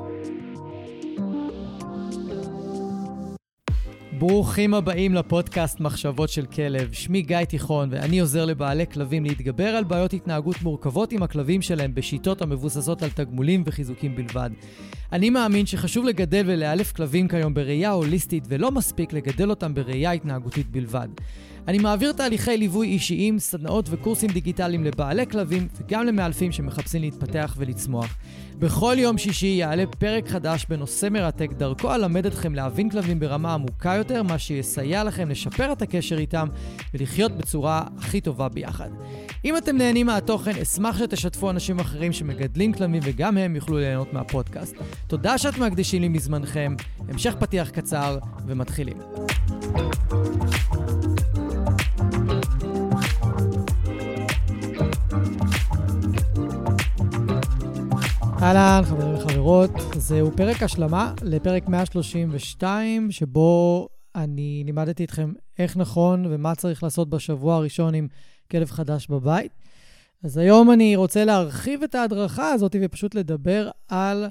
ברוכים הבאים לפודקאסט מחשבות של כלב. שמי גיא תיכון ואני עוזר לבעלי כלבים להתגבר על בעיות התנהגות מורכבות עם הכלבים שלהם בשיטות המבוססות על תגמולים וחיזוקים בלבד. אני מאמין שחשוב לגדל ולאלף כלבים כיום בראייה הוליסטית ולא מספיק לגדל אותם בראייה התנהגותית בלבד. אני מעביר תהליכי ליווי אישיים, סדנאות וקורסים דיגיטליים לבעלי כלבים וגם למאלפים שמחפשים להתפתח ולצמוח. בכל יום שישי יעלה פרק חדש בנושא מרתק, דרכו אלמד אתכם להבין כלבים ברמה עמוקה יותר, מה שיסייע לכם לשפר את הקשר איתם ולחיות בצורה הכי טובה ביחד. אם אתם נהנים מהתוכן, אשמח שתשתפו אנשים אחרים שמגדלים כלבים וגם הם יוכלו ליהנות מהפודקאסט. תודה שאתם מקדישים לי מזמנכם, המשך פתיח קצר ומתחילים. אהלן, חברים וחברות, זהו פרק השלמה לפרק 132, שבו אני לימדתי אתכם איך נכון ומה צריך לעשות בשבוע הראשון עם כלב חדש בבית. אז היום אני רוצה להרחיב את ההדרכה הזאת ופשוט לדבר על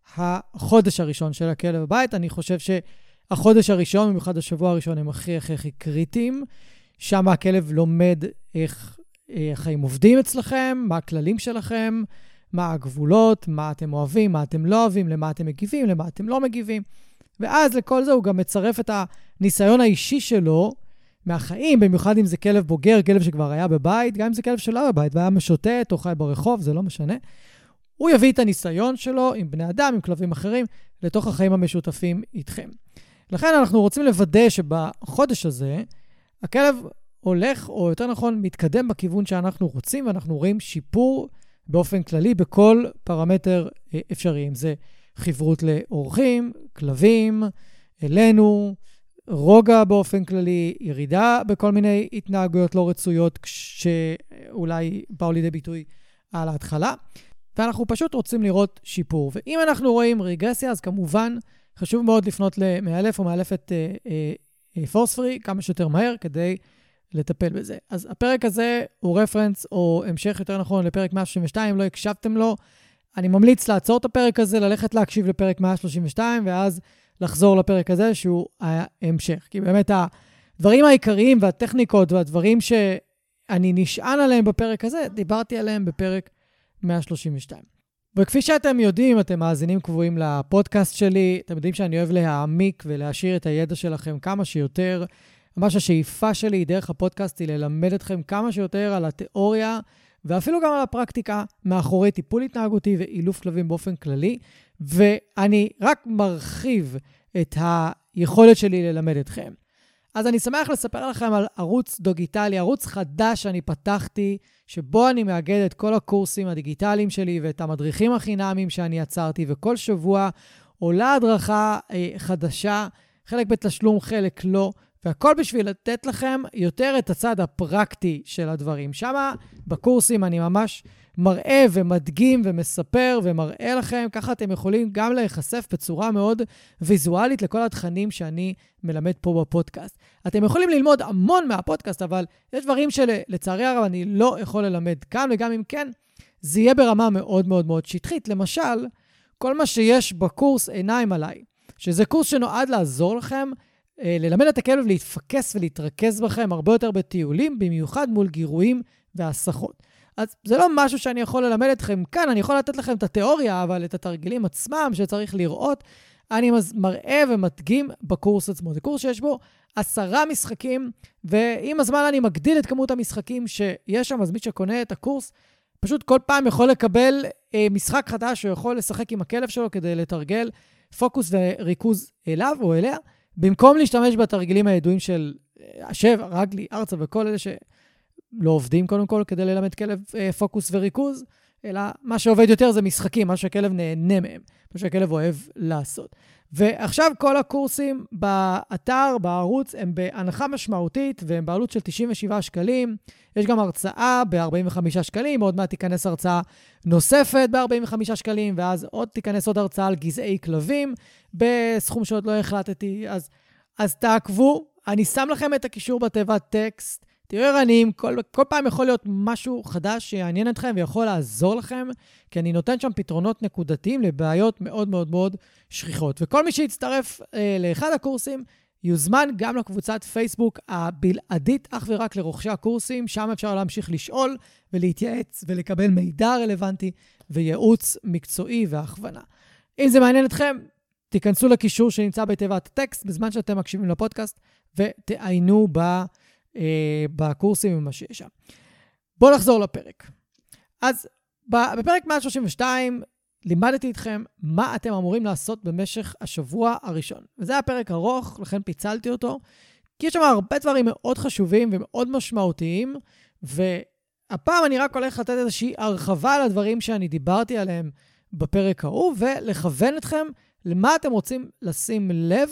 החודש הראשון של הכלב בבית. אני חושב שהחודש הראשון, במיוחד השבוע הראשון, הם הכי קריטיים. שם הכלב לומד איך החיים עובדים אצלכם, מה הכללים שלכם, מה הגבולות, מה אתם אוהבים, מה אתם לא אוהבים, למה אתם מגיבים, למה אתם לא מגיבים. ואז לכל זה הוא גם מצרף את הניסיון האישי שלו מהחיים, במיוחד אם זה כלב בוגר, כלב שכבר היה בבית, גם אם זה כלב שלא בבית, והיה משוטט או חי ברחוב, זה לא משנה. הוא יביא את הניסיון שלו עם בני אדם, עם כלבים אחרים, לתוך החיים המשותפים איתכם. לכן אנחנו רוצים לוודא שבחודש הזה, הכלב הולך, או יותר נכון, מתקדם בכיוון שאנחנו רוצים, ואנחנו רואים שיפור באופן כללי בכל פרמטר אפשרי. אם זה חברות לאורחים, כלבים, אלינו, רוגע באופן כללי, ירידה בכל מיני התנהגויות לא רצויות שאולי באו לידי ביטוי על ההתחלה. ואנחנו פשוט רוצים לראות שיפור. ואם אנחנו רואים רגרסיה, אז כמובן חשוב מאוד לפנות למאלף או מאלפת פורס פרי כמה שיותר מהר כדי לטפל בזה. אז הפרק הזה הוא רפרנס או המשך יותר נכון לפרק 132, אם לא הקשבתם לו, אני ממליץ לעצור את הפרק הזה, ללכת להקשיב לפרק 132, ואז לחזור לפרק הזה שהוא ההמשך. כי באמת הדברים העיקריים והטכניקות והדברים שאני נשען עליהם בפרק הזה, דיברתי עליהם בפרק 132. וכפי שאתם יודעים, אתם מאזינים קבועים לפודקאסט שלי, אתם יודעים שאני אוהב להעמיק ולהשאיר את הידע שלכם כמה שיותר. ממש השאיפה שלי דרך הפודקאסט היא ללמד אתכם כמה שיותר על התיאוריה, ואפילו גם על הפרקטיקה מאחורי טיפול התנהגותי ואילוף כלבים באופן כללי, ואני רק מרחיב את היכולת שלי ללמד אתכם. אז אני שמח לספר לכם על ערוץ דיגיטלי, ערוץ חדש שאני פתחתי, שבו אני מאגד את כל הקורסים הדיגיטליים שלי ואת המדריכים החינמיים שאני יצרתי, וכל שבוע עולה הדרכה חדשה, חלק בתשלום, חלק לא, והכל בשביל לתת לכם יותר את הצד הפרקטי של הדברים. שמה בקורסים אני ממש מראה ומדגים ומספר ומראה לכם, ככה אתם יכולים גם להיחשף בצורה מאוד ויזואלית לכל התכנים שאני מלמד פה בפודקאסט. אתם יכולים ללמוד המון מהפודקאסט, אבל יש דברים שלצערי הרב אני לא יכול ללמד כאן, וגם אם כן, זה יהיה ברמה מאוד מאוד מאוד שטחית. למשל, כל מה שיש בקורס עיניים עליי, שזה קורס שנועד לעזור לכם, ללמד את הכלב להתפקס ולהתרכז בכם הרבה יותר בטיולים, במיוחד מול גירויים והסחות. אז זה לא משהו שאני יכול ללמד אתכם כאן, אני יכול לתת לכם את התיאוריה, אבל את התרגילים עצמם שצריך לראות, אני מראה ומדגים בקורס עצמו. זה קורס שיש בו 10 משחקים, ועם הזמן אני מגדיל את כמות המשחקים שיש שם, אז מי שקונה את הקורס, פשוט כל פעם יכול לקבל משחק חדש, הוא יכול לשחק עם הכלב שלו כדי לתרגל פוקוס וריכוז אליו או אליה, במקום להשתמש בתרגילים הידועים של השב, רגלי, ארצה וכל אלה שלא עובדים קודם כל כדי ללמד כלב פוקוס וריכוז, אלא מה שעובד יותר זה משחקים, מה שהכלב נהנה מהם, מה שהכלב אוהב לעשות. ועכשיו כל הקורסים באתר, בערוץ, הם בהנחה משמעותית, והם בעלות של 97 שקלים. יש גם הרצאה ב-45 שקלים, עוד מעט תיכנס הרצאה נוספת ב-45 שקלים, ואז עוד תיכנס עוד הרצאה על גזעי כלבים, בסכום שעוד לא החלטתי. אז תעקבו, אני שם לכם את הקישור בתיבת טקסט, תהיו ערניים, כל פעם יכול להיות משהו חדש שיעניין אתכם ויכול לעזור לכם, כי אני נותן שם פתרונות נקודתיים לבעיות מאוד מאוד מאוד שכיחות. וכל מי שיצטרף לאחד הקורסים, יוזמן גם לקבוצת פייסבוק הבלעדית, אך ורק לרוכשי הקורסים, שם אפשר להמשיך לשאול ולהתייעץ ולקבל מידע רלוונטי וייעוץ מקצועי והכוונה. אם זה מעניין אתכם, תיכנסו לקישור שנמצא בתיבת הטקסט, בזמן שאתם מקשיבים לפודקאסט, ותעיינו בקורסים ומה שיש שם. בואו נחזור לפרק. אז בפרק 132 לימדתי אתכם מה אתם אמורים לעשות במשך השבוע הראשון. וזה היה פרק ארוך, לכן פיצלתי אותו, כי יש שם הרבה דברים מאוד חשובים ומאוד משמעותיים, והפעם אני רק הולך לתת איזושהי הרחבה לדברים שאני דיברתי עליהם בפרק ההוא, ולכוון אתכם למה אתם רוצים לשים לב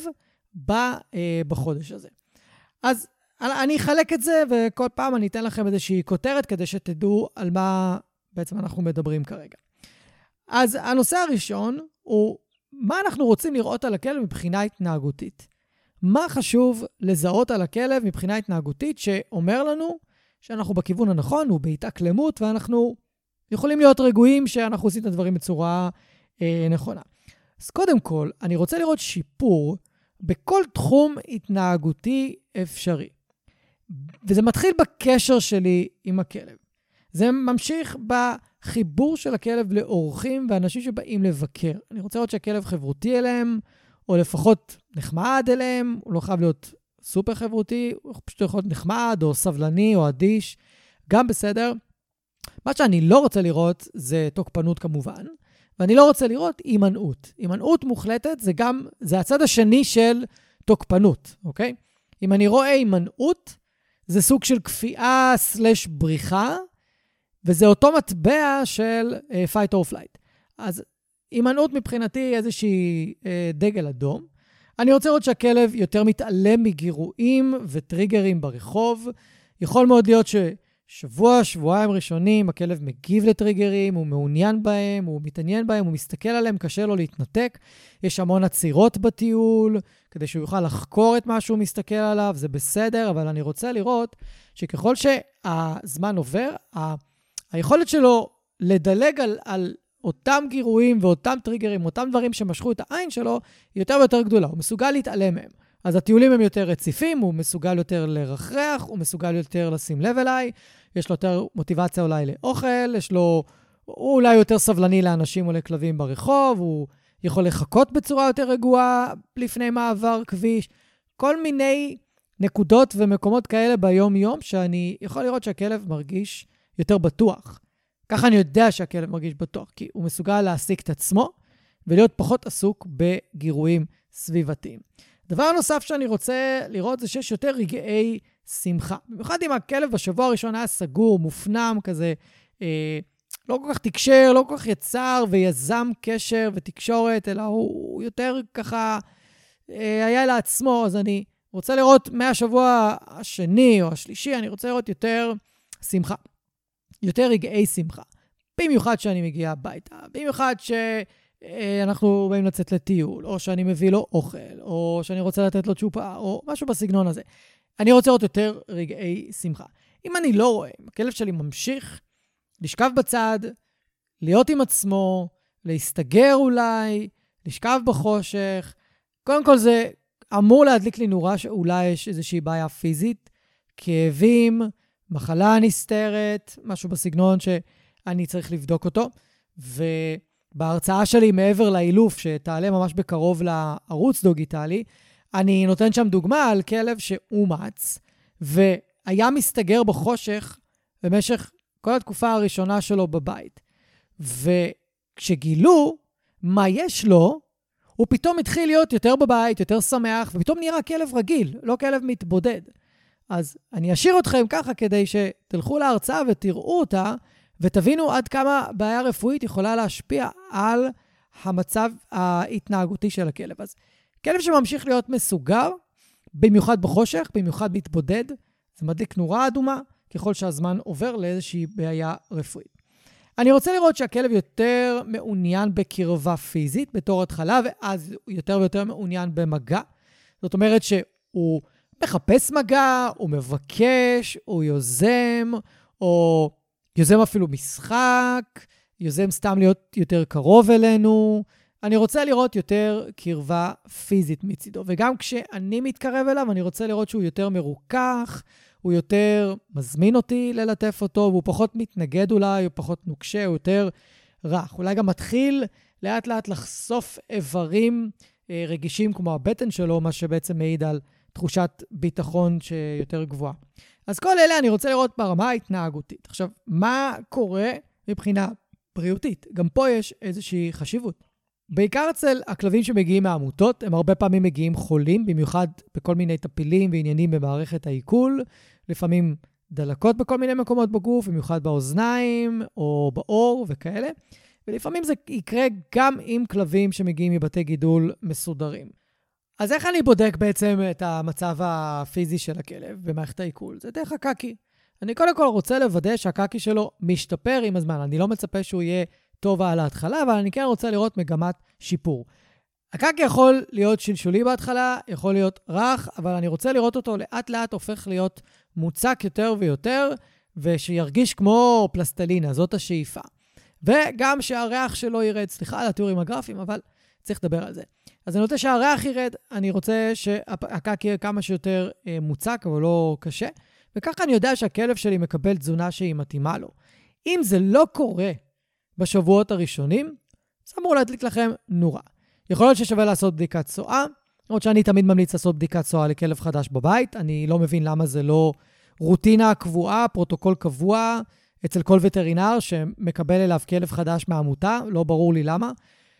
בחודש הזה. אז אני אחלק את זה, וכל פעם אני אתן לכם איזושהי כותרת, כדי שתדעו על מה בעצם אנחנו מדברים כרגע. אז הנושא הראשון הוא מה אנחנו רוצים לראות על הכלב מבחינה התנהגותית. מה חשוב לזהות על הכלב מבחינה התנהגותית שאומר לנו שאנחנו בכיוון הנכון, הוא בהתאקלמות, ואנחנו יכולים להיות רגועים שאנחנו עושים את הדברים בצורה נכונה. אז קודם כל, אני רוצה לראות שיפור בכל תחום התנהגותי אפשרי. וזה מתחיל בקשר שלי עם הכלב. זה ממשיך בחיבור של הכלב לאורחים ואנשים שבאים לבקר. אני רוצה לראות שהכלב חברותי אליהם, או לפחות נחמד אליהם, הוא לא חייב להיות סופר חברותי, הוא פשוט יכול להיות נחמד, או סבלני, או אדיש, גם בסדר. מה שאני לא רוצה לראות זה תוקפנות כמובן, ואני לא רוצה לראות הימנעות. הימנעות מוחלטת זה הצד השני של תוקפנות, אוקיי? אם אני רואה הימנעות, זה סוג של כפייה / בריחה, וזה אותו מטבע של fight or flight. אז הימנעות מבחינתי איזושהי דגל אדום. אני רוצה לראות שהכלב יותר מתעלם מגירויים וטריגרים ברחוב. יכול מאוד להיות שבועיים ראשונים הכלב מגיב לטריגרים, הוא מעוניין בהם, הוא מתעניין בהם, הוא מסתכל עליהם, קשה לו להתנתק. יש המון עצירות בטיול, כדי שהוא יוכל לחקור את מה שהוא מסתכל עליו, זה בסדר, אבל אני רוצה לראות שככל שהזמן עובר, היכולת שלו לדלג על אותם גירויים ואותם טריגרים, אותם דברים שמשכו את העין שלו, היא יותר ויותר גדולה. הוא מסוגל להתעלם מהם. אז הטיולים הם יותר רציפים, הוא מסוגל יותר לרחרח, הוא מסוגל יותר לשים לב אליי, יש לו יותר מוטיבציה אולי לאוכל, הוא אולי יותר סבלני לאנשים או לכלבים ברחוב, הוא יכול לחכות בצורה יותר רגועה לפני מעבר כביש, כל מיני נקודות ומקומות כאלה ביום-יום, שאני יכול לראות שהכלב מרגיש יותר בטוח. ככה אני יודע שהכלב מרגיש בטוח, כי הוא מסוגל להעסיק את עצמו, ולהיות פחות עסוק בגירויים סביבתיים. דבר נוסף שאני רוצה לראות זה שיש יותר רגעי שמחה. במיוחד אם הכלב בשבוע הראשון היה סגור, מופנם כזה, לא כל כך תקשר, לא כל כך יצר ויזם קשר ותקשורת, אלא הוא יותר ככה היה לעצמו. אז אני רוצה לראות מהשבוע השני או השלישי, אני רוצה לראות יותר שמחה. יותר רגעי שמחה. במיוחד שאני מגיע הביתה, במיוחד שאנחנו באים לצאת לטיול, או שאני מביא לו אוכל, או שאני רוצה לתת לו צ'ופה, או משהו בסגנון הזה. אני רוצה לראות יותר רגעי שמחה. אם אני לא רואה, אם הכלב שלי ממשיך לשכב בצד, להיות עם עצמו, להסתגר אולי, לשכב בחושך, קודם כל זה אמור להדליק לי נורה שאולי יש איזושהי בעיה פיזית, כאבים, מחלה נסתרת, משהו בסגנון שאני צריך לבדוק אותו. ובהרצאה שלי מעבר לאילוף, שתעלה ממש בקרוב לערוץ דוגיטלי, אני נותן שם דוגמה על כלב שאומץ, והיה מסתגר בחושך במשך כל התקופה הראשונה שלו בבית. וכשגילו מה יש לו, הוא פתאום התחיל להיות יותר בבית, יותר שמח, ופתאום נראה כלב רגיל, לא כלב מתבודד. אז אני אשאיר אתכם ככה כדי שתלכו להרצאה ותראו אותה, ותבינו עד כמה בעיה רפואית יכולה להשפיע על המצב ההתנהגותי של הכלב. אז כלב שממשיך להיות מסוגר, במיוחד בחושך, במיוחד מתבודד, זה מדליק נורה אדומה, ככל שהזמן עובר לאיזושהי בעיה רפואית. אני רוצה לראות שהכלב יותר מעוניין בקרבה פיזית בתור התחלה, ואז הוא יותר ויותר מעוניין במגע. זאת אומרת שהוא מחפש מגע, הוא מבקש, הוא יוזם, או יוזם אפילו משחק, יוזם סתם להיות יותר קרוב אלינו. אני רוצה לראות יותר קרבה פיזית מצידו, וגם כשאני מתקרב אליו, אני רוצה לראות שהוא יותר מרוכך, הוא יותר מזמין אותי ללטף אותו, והוא פחות מתנגד אולי, הוא פחות נוקשה, הוא יותר רך. אולי גם מתחיל לאט לאט לחשוף איברים רגישים כמו הבטן שלו, מה שבעצם מעיד על תחושת ביטחון שיותר גבוהה. אז כל אלה אני רוצה לראות ברמה ההתנהגותית. עכשיו, מה קורה מבחינה בריאותית? גם פה יש איזושהי חשיבות. בעיקר אצל הכלבים שמגיעים מהעמותות, הם הרבה פעמים מגיעים חולים, במיוחד בכל מיני טפילים ועניינים במערכת העיכול, לפעמים דלקות בכל מיני מקומות בגוף, במיוחד באוזניים או באור וכאלה, ולפעמים זה יקרה גם עם כלבים שמגיעים מבתי גידול מסודרים. אז איך אני בודק בעצם את המצב הפיזי של הכלב במערכת העיכול? זה דרך הקקי. אני קודם כל רוצה לוודא שהקקי שלו משתפר עם הזמן. אני לא מצפה שהוא יהיה טוב על ההתחלה, אבל אני כן רוצה לראות מגמת שיפור. הקקי יכול להיות שלשולי בהתחלה, יכול להיות רך, אבל אני רוצה לראות אותו לאט לאט הופך להיות מוצק יותר ויותר, ושירגיש כמו פלסטלינה, זאת השאיפה. וגם שהריח שלו ירד, סליחה על התיאורים הגרפיים, אבל צריך לדבר על זה. אז אני רוצה שהריח ירד, אני רוצה שהקקי יהיה כמה שיותר מוצק, אבל לא קשה, וככה אני יודע שהכלב שלי מקבל תזונה שהיא מתאימה לו. אם זה לא קורה בשבועות הראשונים, זה אמור להדליק לכם נורה. יכול להיות ששווה לעשות בדיקת צואה, למרות שאני תמיד ממליץ לעשות בדיקת צואה לכלב חדש בבית, אני לא מבין למה זה לא רוטינה קבועה, פרוטוקול קבוע, אצל כל וטרינר שמקבל אליו כלב חדש מהעמותה, לא ברור לי למה.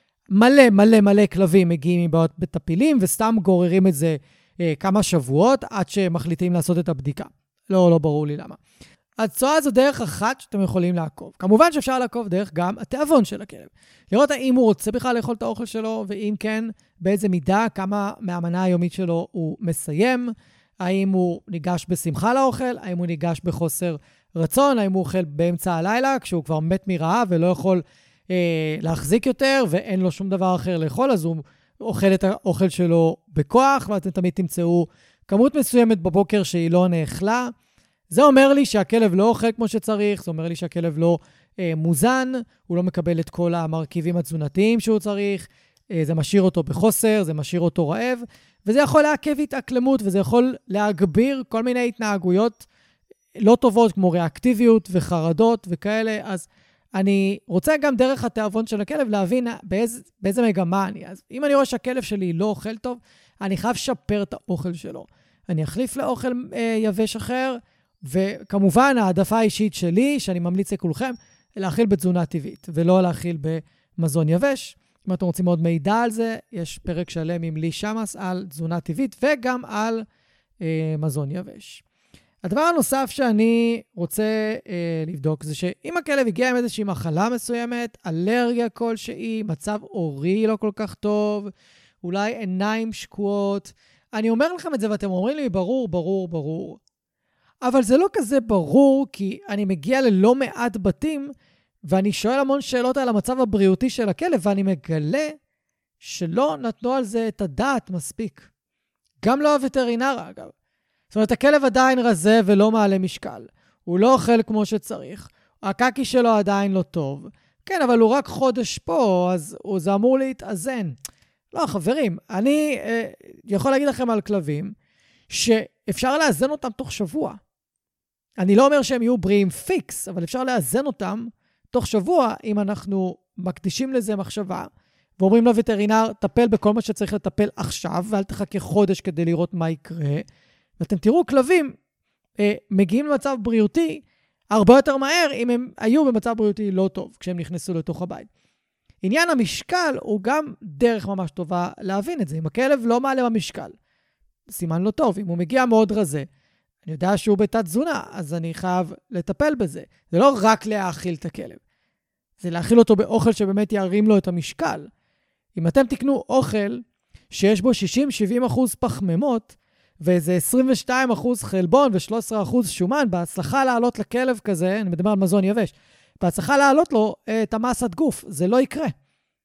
מלא כלבים מגיעים מבעיות בטפילים, וסתם גוררים את זה כמה שבועות, עד שמחליטים לעשות את הבדיקה. לא ברור לי למה. הצואה זו דרך אחת שאתם יכולים לעקוב. כמובן שאפשר לעקוב דרך גם התיאבון של הכלב. לראות האם הוא רוצה בכלל לאכול את האוכל שלו, ואם כן, באיזה מידה, כמה מהמנה היומית שלו הוא מסיים, האם הוא ניגש בשמחה לאוכל, האם הוא ניגש בחוסר רצון, האם הוא אוכל באמצע הלילה, כשהוא כבר מת מרעב ולא יכול להחזיק יותר, ואין לו שום דבר אחר לאכול, אז הוא אוכל את האוכל שלו בכוח, ואתם תמיד תמצאו כמות מסוימת בבוקר שהיא לא נאכלה. זה אומר לי שהכלב לא אוכל כמו שצריך, זה אומר לי שהכלב לא מוזן, הוא לא מקבל את כל המרכיבים התזונתיים שהוא צריך, זה משאיר אותו בחוסר, זה משאיר אותו רעב, וזה יכול לעכב התאקלמות, וזה יכול להגביר כל מיני התנהגויות לא טובות, כמו ריאקטיביות וחרדות וכאלה. אז אני רוצה גם דרך התיאבון של הכלב להבין באיזה מגמה אני. אז אם אני רואה שהכלב שלי לא אוכל טוב, אני חייב לשפר את האוכל שלו. אני אחליף לאוכל יבש אחר, וכמובן העדפה האישית שלי, שאני ממליץ לכולכם, להאכיל בתזונה טבעית, ולא להאכיל במזון יבש. אם אתם רוצים עוד מידע על זה, יש פרק שלם עם לי שמאס על תזונה טבעית, וגם על מזון יבש. הדבר הנוסף שאני רוצה לבדוק, זה שאם הכלב הגיע עם איזושהי מחלה מסוימת, אלרגיה כלשהי, מצב אורי לא כל כך טוב, אולי עיניים שקועות, אני אומר לכם את זה ואתם אומרים לי, ברור. אבל זה לא כזה ברור, כי אני מגיע ללא מעט בתים, ואני שואל המון שאלות על המצב הבריאותי של הכלב, ואני מגלה שלא נתנו על זה את הדעת מספיק. גם לא הווטרינר, אגב. זאת אומרת, הכלב עדיין רזה ולא מעלה משקל. הוא לא אוכל כמו שצריך. הקקי שלו עדיין לא טוב. כן, אבל הוא רק חודש פה, אז זה אמור להתאזן. לא, חברים, אני יכול להגיד לכם על כלבים, שאפשר לאזן אותם תוך שבוע. אני לא אומר שהם יהיו בריאים פיקס, אבל אפשר לאזן אותם תוך שבוע, אם אנחנו מקדישים לזה מחשבה, ואומרים לווטרינר, טפל בכל מה שצריך לטפל עכשיו, ואל תחכה חודש כדי לראות מה יקרה. ואתם תראו, כלבים מגיעים למצב בריאותי הרבה יותר מהר, אם הם היו במצב בריאותי לא טוב, כשהם נכנסו לתוך הבית. עניין המשקל הוא גם דרך ממש טובה להבין את זה. אם הכלב לא מעלה במשקל, סימן לא טוב. אם הוא מגיע מאוד רזה, אני יודע שהוא בתת תזונה, אז אני חייב לטפל בזה. זה לא רק להאכיל את הכלב. זה להאכיל אותו באוכל שבאמת ירים לו את המשקל. אם אתם תקנו אוכל שיש בו 60-70% פחמימות, ואיזה 22% חלבון ו13% שומן, בהצלחה לעלות לכלב כזה, אני מדבר על מזון יבש, בהצלחה לעלות לו את המסת גוף, זה לא יקרה.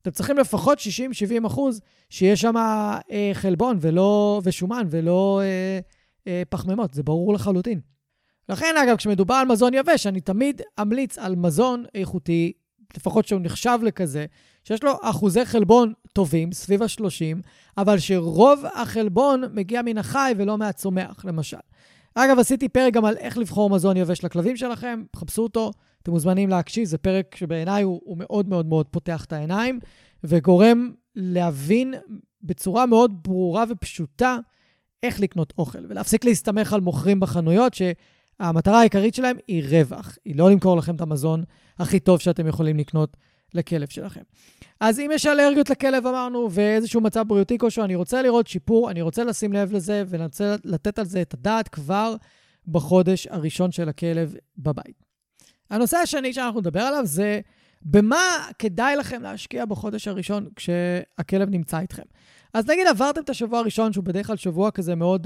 אתם צריכים לפחות 60-70% שיש שם חלבון ושומן ולא פחמימות, זה ברור לחלוטין. לכן, אגב, כשמדובר על מזון יבש, אני תמיד אמליץ על מזון איכותי, לפחות שהוא נחשב לכזה, שיש לו אחוזי חלבון טובים, סביב ה-30, אבל שרוב החלבון מגיע מן החי ולא מהצומח, למשל. אגב, עשיתי פרק גם על איך לבחור מזון יבש לכלבים שלכם, חפשו אותו, אתם מוזמנים להקשיב, זה פרק שבעיניי הוא מאוד מאוד מאוד פותח את העיניים, וגורם להבין בצורה מאוד ברורה ופשוטה איך לקנות אוכל, ולהפסיק להסתמך על מוכרים בחנויות, שהמטרה העיקרית שלהם היא רווח, היא לא למכור לכם את המזון הכי טוב שאתם יכולים לקנות לכלב שלכם. אז אם יש אלרגיות לכלב, אמרנו, ואיזשהו מצב בריאותי כלשהו, אני רוצה לראות שיפור, אני רוצה לשים לב לזה, ואני רוצה לתת על זה את הדעת כבר בחודש הראשון של הכלב בבית. הנושא השני שאנחנו נדבר עליו זה, במה כדאי לכם להשקיע בחודש הראשון כשהכלב נמצא איתכם. אז נגיד, עברתם את השבוע הראשון, שהוא בדרך כלל שבוע כזה מאוד,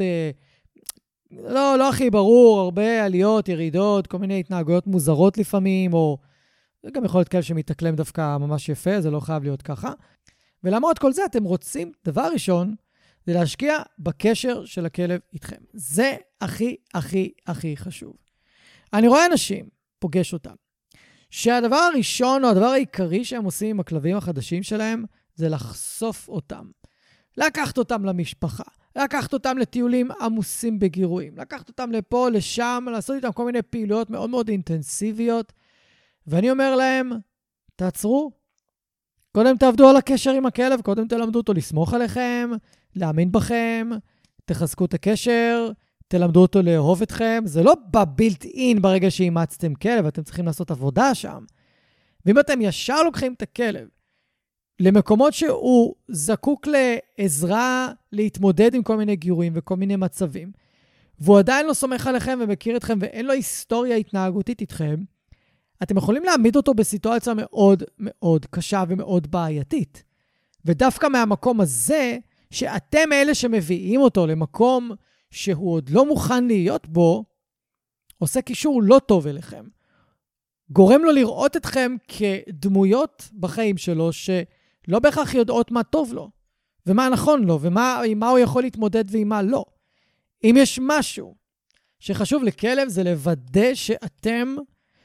לא הכי ברור, הרבה עליות, ירידות, כל מיני התנהגויות מוזרות לפעמים, או זה גם יכול להיות כלב שמתאקלם דווקא ממש יפה, זה לא חייב להיות ככה. ולמרות כל זה, אתם רוצים, דבר ראשון, זה להשקיע בקשר של הכלב איתכם. זה הכי, הכי, הכי חשוב. אני רואה אנשים, פוגש אותם, שהדבר הראשון או הדבר העיקרי שהם עושים עם הכלבים החדשים שלהם, זה לחשוף אותם. לקחת אותם למשפחה, לקחת אותם לטיולים עמוסים בגירויים, לקחת אותם לפה, לשם, לעשות איתם כל מיני פעילויות מאוד מאוד אינטנסיביות, ואני אומר להם, תעצרו, קודם תעבדו על הקשר עם הכלב, קודם תלמדו אותו לסמוך עליכם, להאמין בכם, תחזקו את הקשר, תלמדו אותו לאהוב אתכם, זה לא בבילט אין ברגע שאימצתם כלב, אתם צריכים לעשות עבודה שם. ואם אתם ישר לוקחים את הכלב, למקומות שהוא זקוק לעזרה להתמודד עם כל מיני גירויים וכל מיני מצבים, והוא עדיין לא סומך עליכם ומכיר אתכם ואין לו היסטוריה התנהגותית איתכם, אתם יכולים להעמיד אותו בסיטואציה מאוד מאוד קשה ומאוד בעייתית. ודווקא מהמקום הזה, שאתם אלה שמביאים אותו למקום שהוא עוד לא מוכן להיות בו, עושה קישור לא טוב אליכם. גורם לו לראות אתכם כדמויות בחיים שלו, שלא בהכרח יודעות מה טוב לו, ומה נכון לו, ועם מה הוא יכול להתמודד ועם מה לא. אם יש משהו שחשוב לכלב, זה לוודא שאתם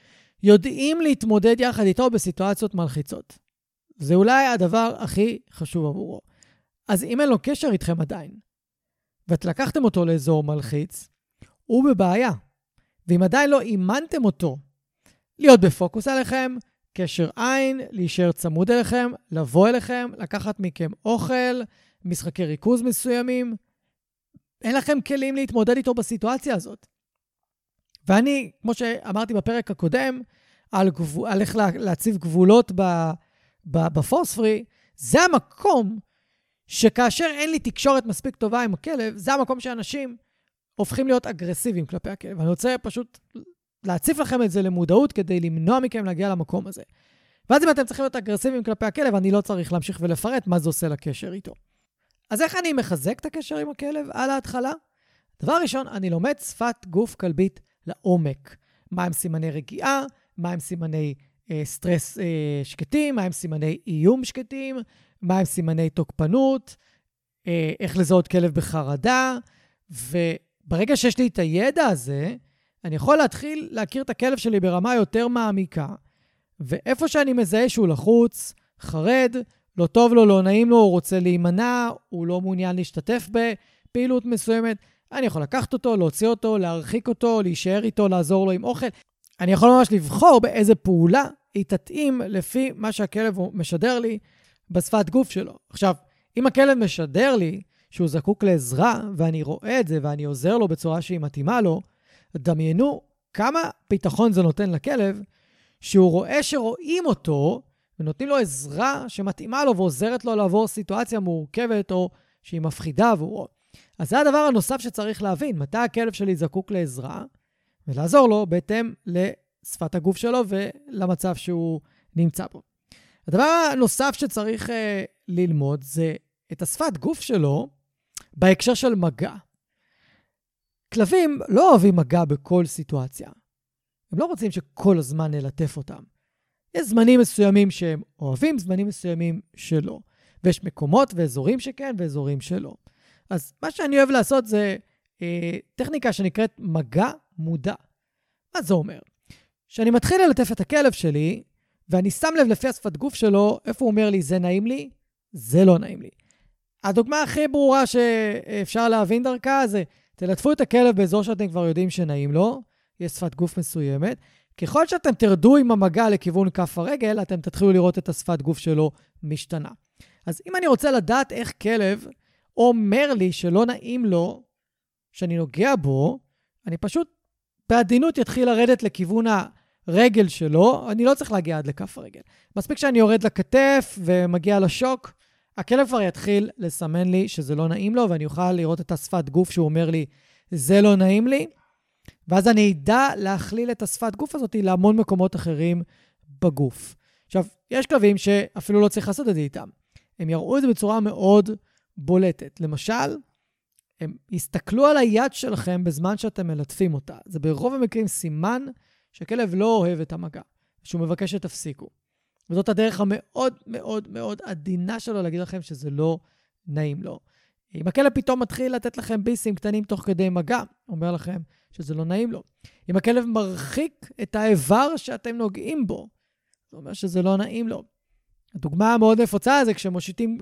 יודעים להתמודד יחד איתו בסיטואציות מלחיצות. זה אולי הדבר הכי חשוב עבורו. אז אם אין לו קשר איתכם עדיין, ולקחתם אותו לאזור מלחיץ, הוא בבעיה. ואם עדיין לא אימנתם אותו, להיות בפוקוס עליכם, קשר עין, להישאר צמוד אליכם, לבוא אליכם, לקחת מכם אוכל, משחקי ריכוז מסוימים, אין לכם כלים להתמודד איתו בסיטואציה הזאת. ואני, כמו שאמרתי בפרק הקודם, על איך להציב גבולות בפורספרי, זה המקום שכאשר אין לי תקשורת מספיק טובה עם הכלב, זה המקום שאנשים הופכים להיות אגרסיביים כלפי הכלב. אני רוצה פשוט להציף לכם את זה למודעות כדי למנוע מכם להגיע למקום הזה. ואז אם אתם צריכים להיות אגרסיביים כלפי הכלב, אני לא צריך להמשיך ולפרט מה זה עושה לקשר איתו. אז איך אני מחזק את הקשר עם הכלב על ההתחלה? דבר ראשון, אני לומד שפת גוף כלבית לעומק. מה הם סימני רגיעה, מה הם סימני סטרס שקטים, מה הם סימני איום שקטים, מה הם סימני תוקפנות, איך לזהות כלב בחרדה, וברגע שיש לי את הידע הזה, אני יכול להתחיל להכיר את הכלב שלי ברמה יותר מעמיקה, ואיפה שאני מזהה שהוא לחוץ, חרד, לא טוב לו, לא נעים לו, הוא רוצה להימנע, הוא לא מעוניין להשתתף בפעילות מסוימת, אני יכול לקחת אותו, להוציא אותו, להרחיק אותו, להישאר איתו, לעזור לו עם אוכל. אני יכול ממש לבחור באיזה פעולה היא תתאים לפי מה שהכלב משדר לי בשפת גוף שלו. עכשיו, אם הכלב משדר לי שהוא זקוק לעזרה, ואני רואה את זה ואני עוזר לו בצורה שהיא מתאימה לו, דמיינו כמה ביטחון זה נותן לכלב, שהוא רואה שרואים אותו, ונותנים לו עזרה שמתאימה לו ועוזרת לו לעבור סיטואציה מורכבת או שהיא מפחידה עבורו. אז זה הדבר הנוסף שצריך להבין, מתי הכלב שלי זקוק לעזרה, ולעזור לו בהתאם לשפת הגוף שלו ולמצב שהוא נמצא בו. הדבר הנוסף שצריך ללמוד זה את השפת גוף שלו בהקשר של מגע. כלבים לא אוהבים מגע בכל סיטואציה. הם לא רוצים שכל הזמן נלטף אותם. יש זמנים מסוימים שהם אוהבים, זמנים מסוימים שלא. ויש מקומות ואזורים שכן ואזורים שלא. אז מה שאני אוהב לעשות זה טכניקה שנקראת מגע מודע. מה זה אומר? שאני מתחיל ללטף את הכלב שלי, ואני שם לב לפי השפת גוף שלו, איפה הוא אומר לי, זה נעים לי, זה לא נעים לי. הדוגמה הכי ברורה שאפשר להבין דרכה זה, תלטפו את הכלב באזור שאתם כבר יודעים שנעים לו, יש שפת גוף מסוימת. ככל שאתם תרדו עם המגע לכיוון כף הרגל, אתם תתחילו לראות את השפת גוף שלו משתנה. אז אם אני רוצה לדעת איך כלב אומר לי שלא נעים לו, שאני נוגע בו, אני פשוט בעדינות יתחיל לרדת לכיוון הרגל שלו, אני לא צריך להגיע עד לכף הרגל. מספיק שאני יורד לכתף ומגיע לשוק, הכלב כבר יתחיל לסמן לי שזה לא נעים לו, ואני אוכל לראות את השפת גוף שהוא אומר לי, זה לא נעים לי, ואז אני אדע להכליל את השפת גוף הזאת להמון מקומות אחרים בגוף. עכשיו, יש כלבים שאפילו לא צריך לעשות את זה איתם. הם יראו את זה בצורה מאוד בולטת. למשל, הם יסתכלו על היד שלכם בזמן שאתם מלטפים אותה. זה ברוב המקרים סימן שכלב לא אוהב את המגע, שהוא מבקש שתפסיקו. וזאת הדרך המאוד מאוד מאוד עדינה שלו להגיד לכם שזה לא נעים לו. אם הכלב פתאום מתחיל לתת לכם ביסים קטנים תוך כדי מגע, אומר לכם שזה לא נעים לו. אם הכלב מרחיק את האיבר שאתם נוגעים בו, זה אומר שזה לא נעים לו. הדוגמה המאוד נפוצה זה כשמושיטים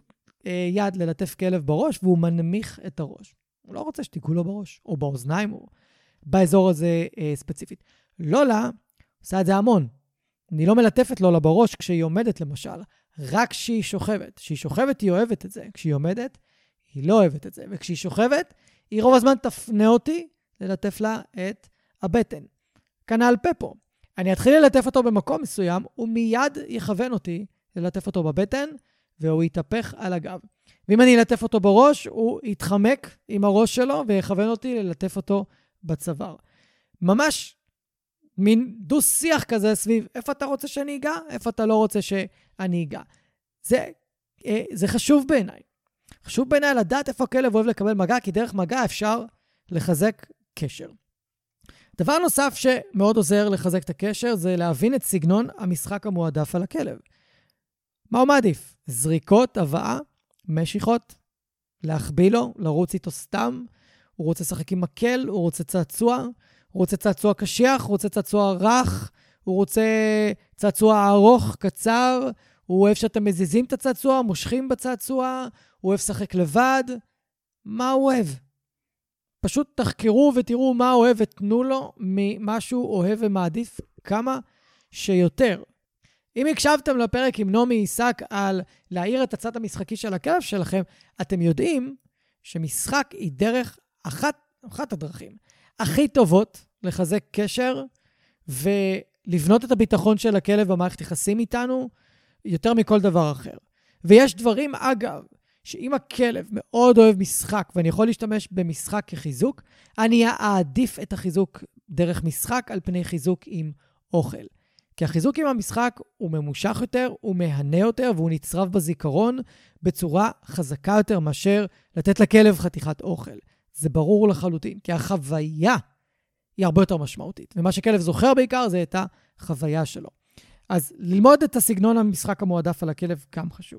יד ללטף כלב בראש, והוא מנמיך את הראש. הוא לא רוצה שתיגעו לו בראש, או באוזניים, או באזור הזה ספציפית. לולה עושה את זה המון. אני לא מלטפת לולה בראש כשהיא עומדת למשל, רק כשהיא שוכבת. כשהיא שוכבת היא אוהבת את זה, כשהיא עומדת היא לא אוהבת את זה, וכשהיא שוכבת היא רוב הזמן תפנה אותי ללטף לה את הבטן. כנ"ל פפו. אני אתחיל ללטף אותו במקום מסוים, הוא מיד יכוון אותי ללטף אותו בבטן, והוא יתהפך על הגב. ואם אני אלטף אותו בראש, הוא יתחמק עם הראש שלו, ויכוון אותי ללטף אותו בצוואר. ממש מין דו-שיח כזה סביב, איפה אתה רוצה שאני אגע? איפה אתה לא רוצה שאני אגע? זה חשוב בעיניי. חשוב בעיניי לדעת איפה הכלב אוהב לקבל מגע, כי דרך מגע אפשר לחזק קשר. דבר נוסף שמאוד עוזר לחזק את הקשר, זה להבין את סגנון המשחק המועדף על הכלב. מה הוא מעדיף? זריקות, הבאה, משיכות, להחביא לו, לרוץ איתו סתם, הוא רוצה לשחק עם מקל, הוא רוצה צעצוע, הוא רוצה צעצוע קשיח, הוא רוצה צעצוע רך, הוא רוצה צעצוע ארוך, קצר, הוא אוהב שאתם מזיזים את הצעצוע, מושכים בצעצוע, הוא אוהב לשחק לבד. מה הוא אוהב? פשוט תחקרו ותראו מה הוא אוהב ותנו לו ממה שהוא אוהב ומעדיף כמה שיותר. אם הקשבתם לפרק עם נומי עיסק על להעיר את הצד המשחקי של הכלב שלכם, אתם יודעים שמשחק היא דרך אחת הדרכים הכי טובות לחזק קשר ולבנות את הביטחון של הכלב במערכת יחסים איתנו יותר מכל דבר אחר. ויש דברים, אגב, שאם הכלב מאוד אוהב משחק ואני יכול להשתמש במשחק כחיזוק, אני אעדיף את החיזוק דרך משחק על פני חיזוק עם אוכל. כי החיזוק עם המשחק הוא ממושך יותר, הוא מהנה יותר, והוא נצרב בזיכרון בצורה חזקה יותר מאשר לתת לכלב חתיכת אוכל. זה ברור לחלוטין, כי החוויה היא הרבה יותר משמעותית. ומה שכלב זוכר בעיקר זה את החוויה שלו. אז ללמוד את הסגנון המשחק המועדף על הכלב גם חשוב.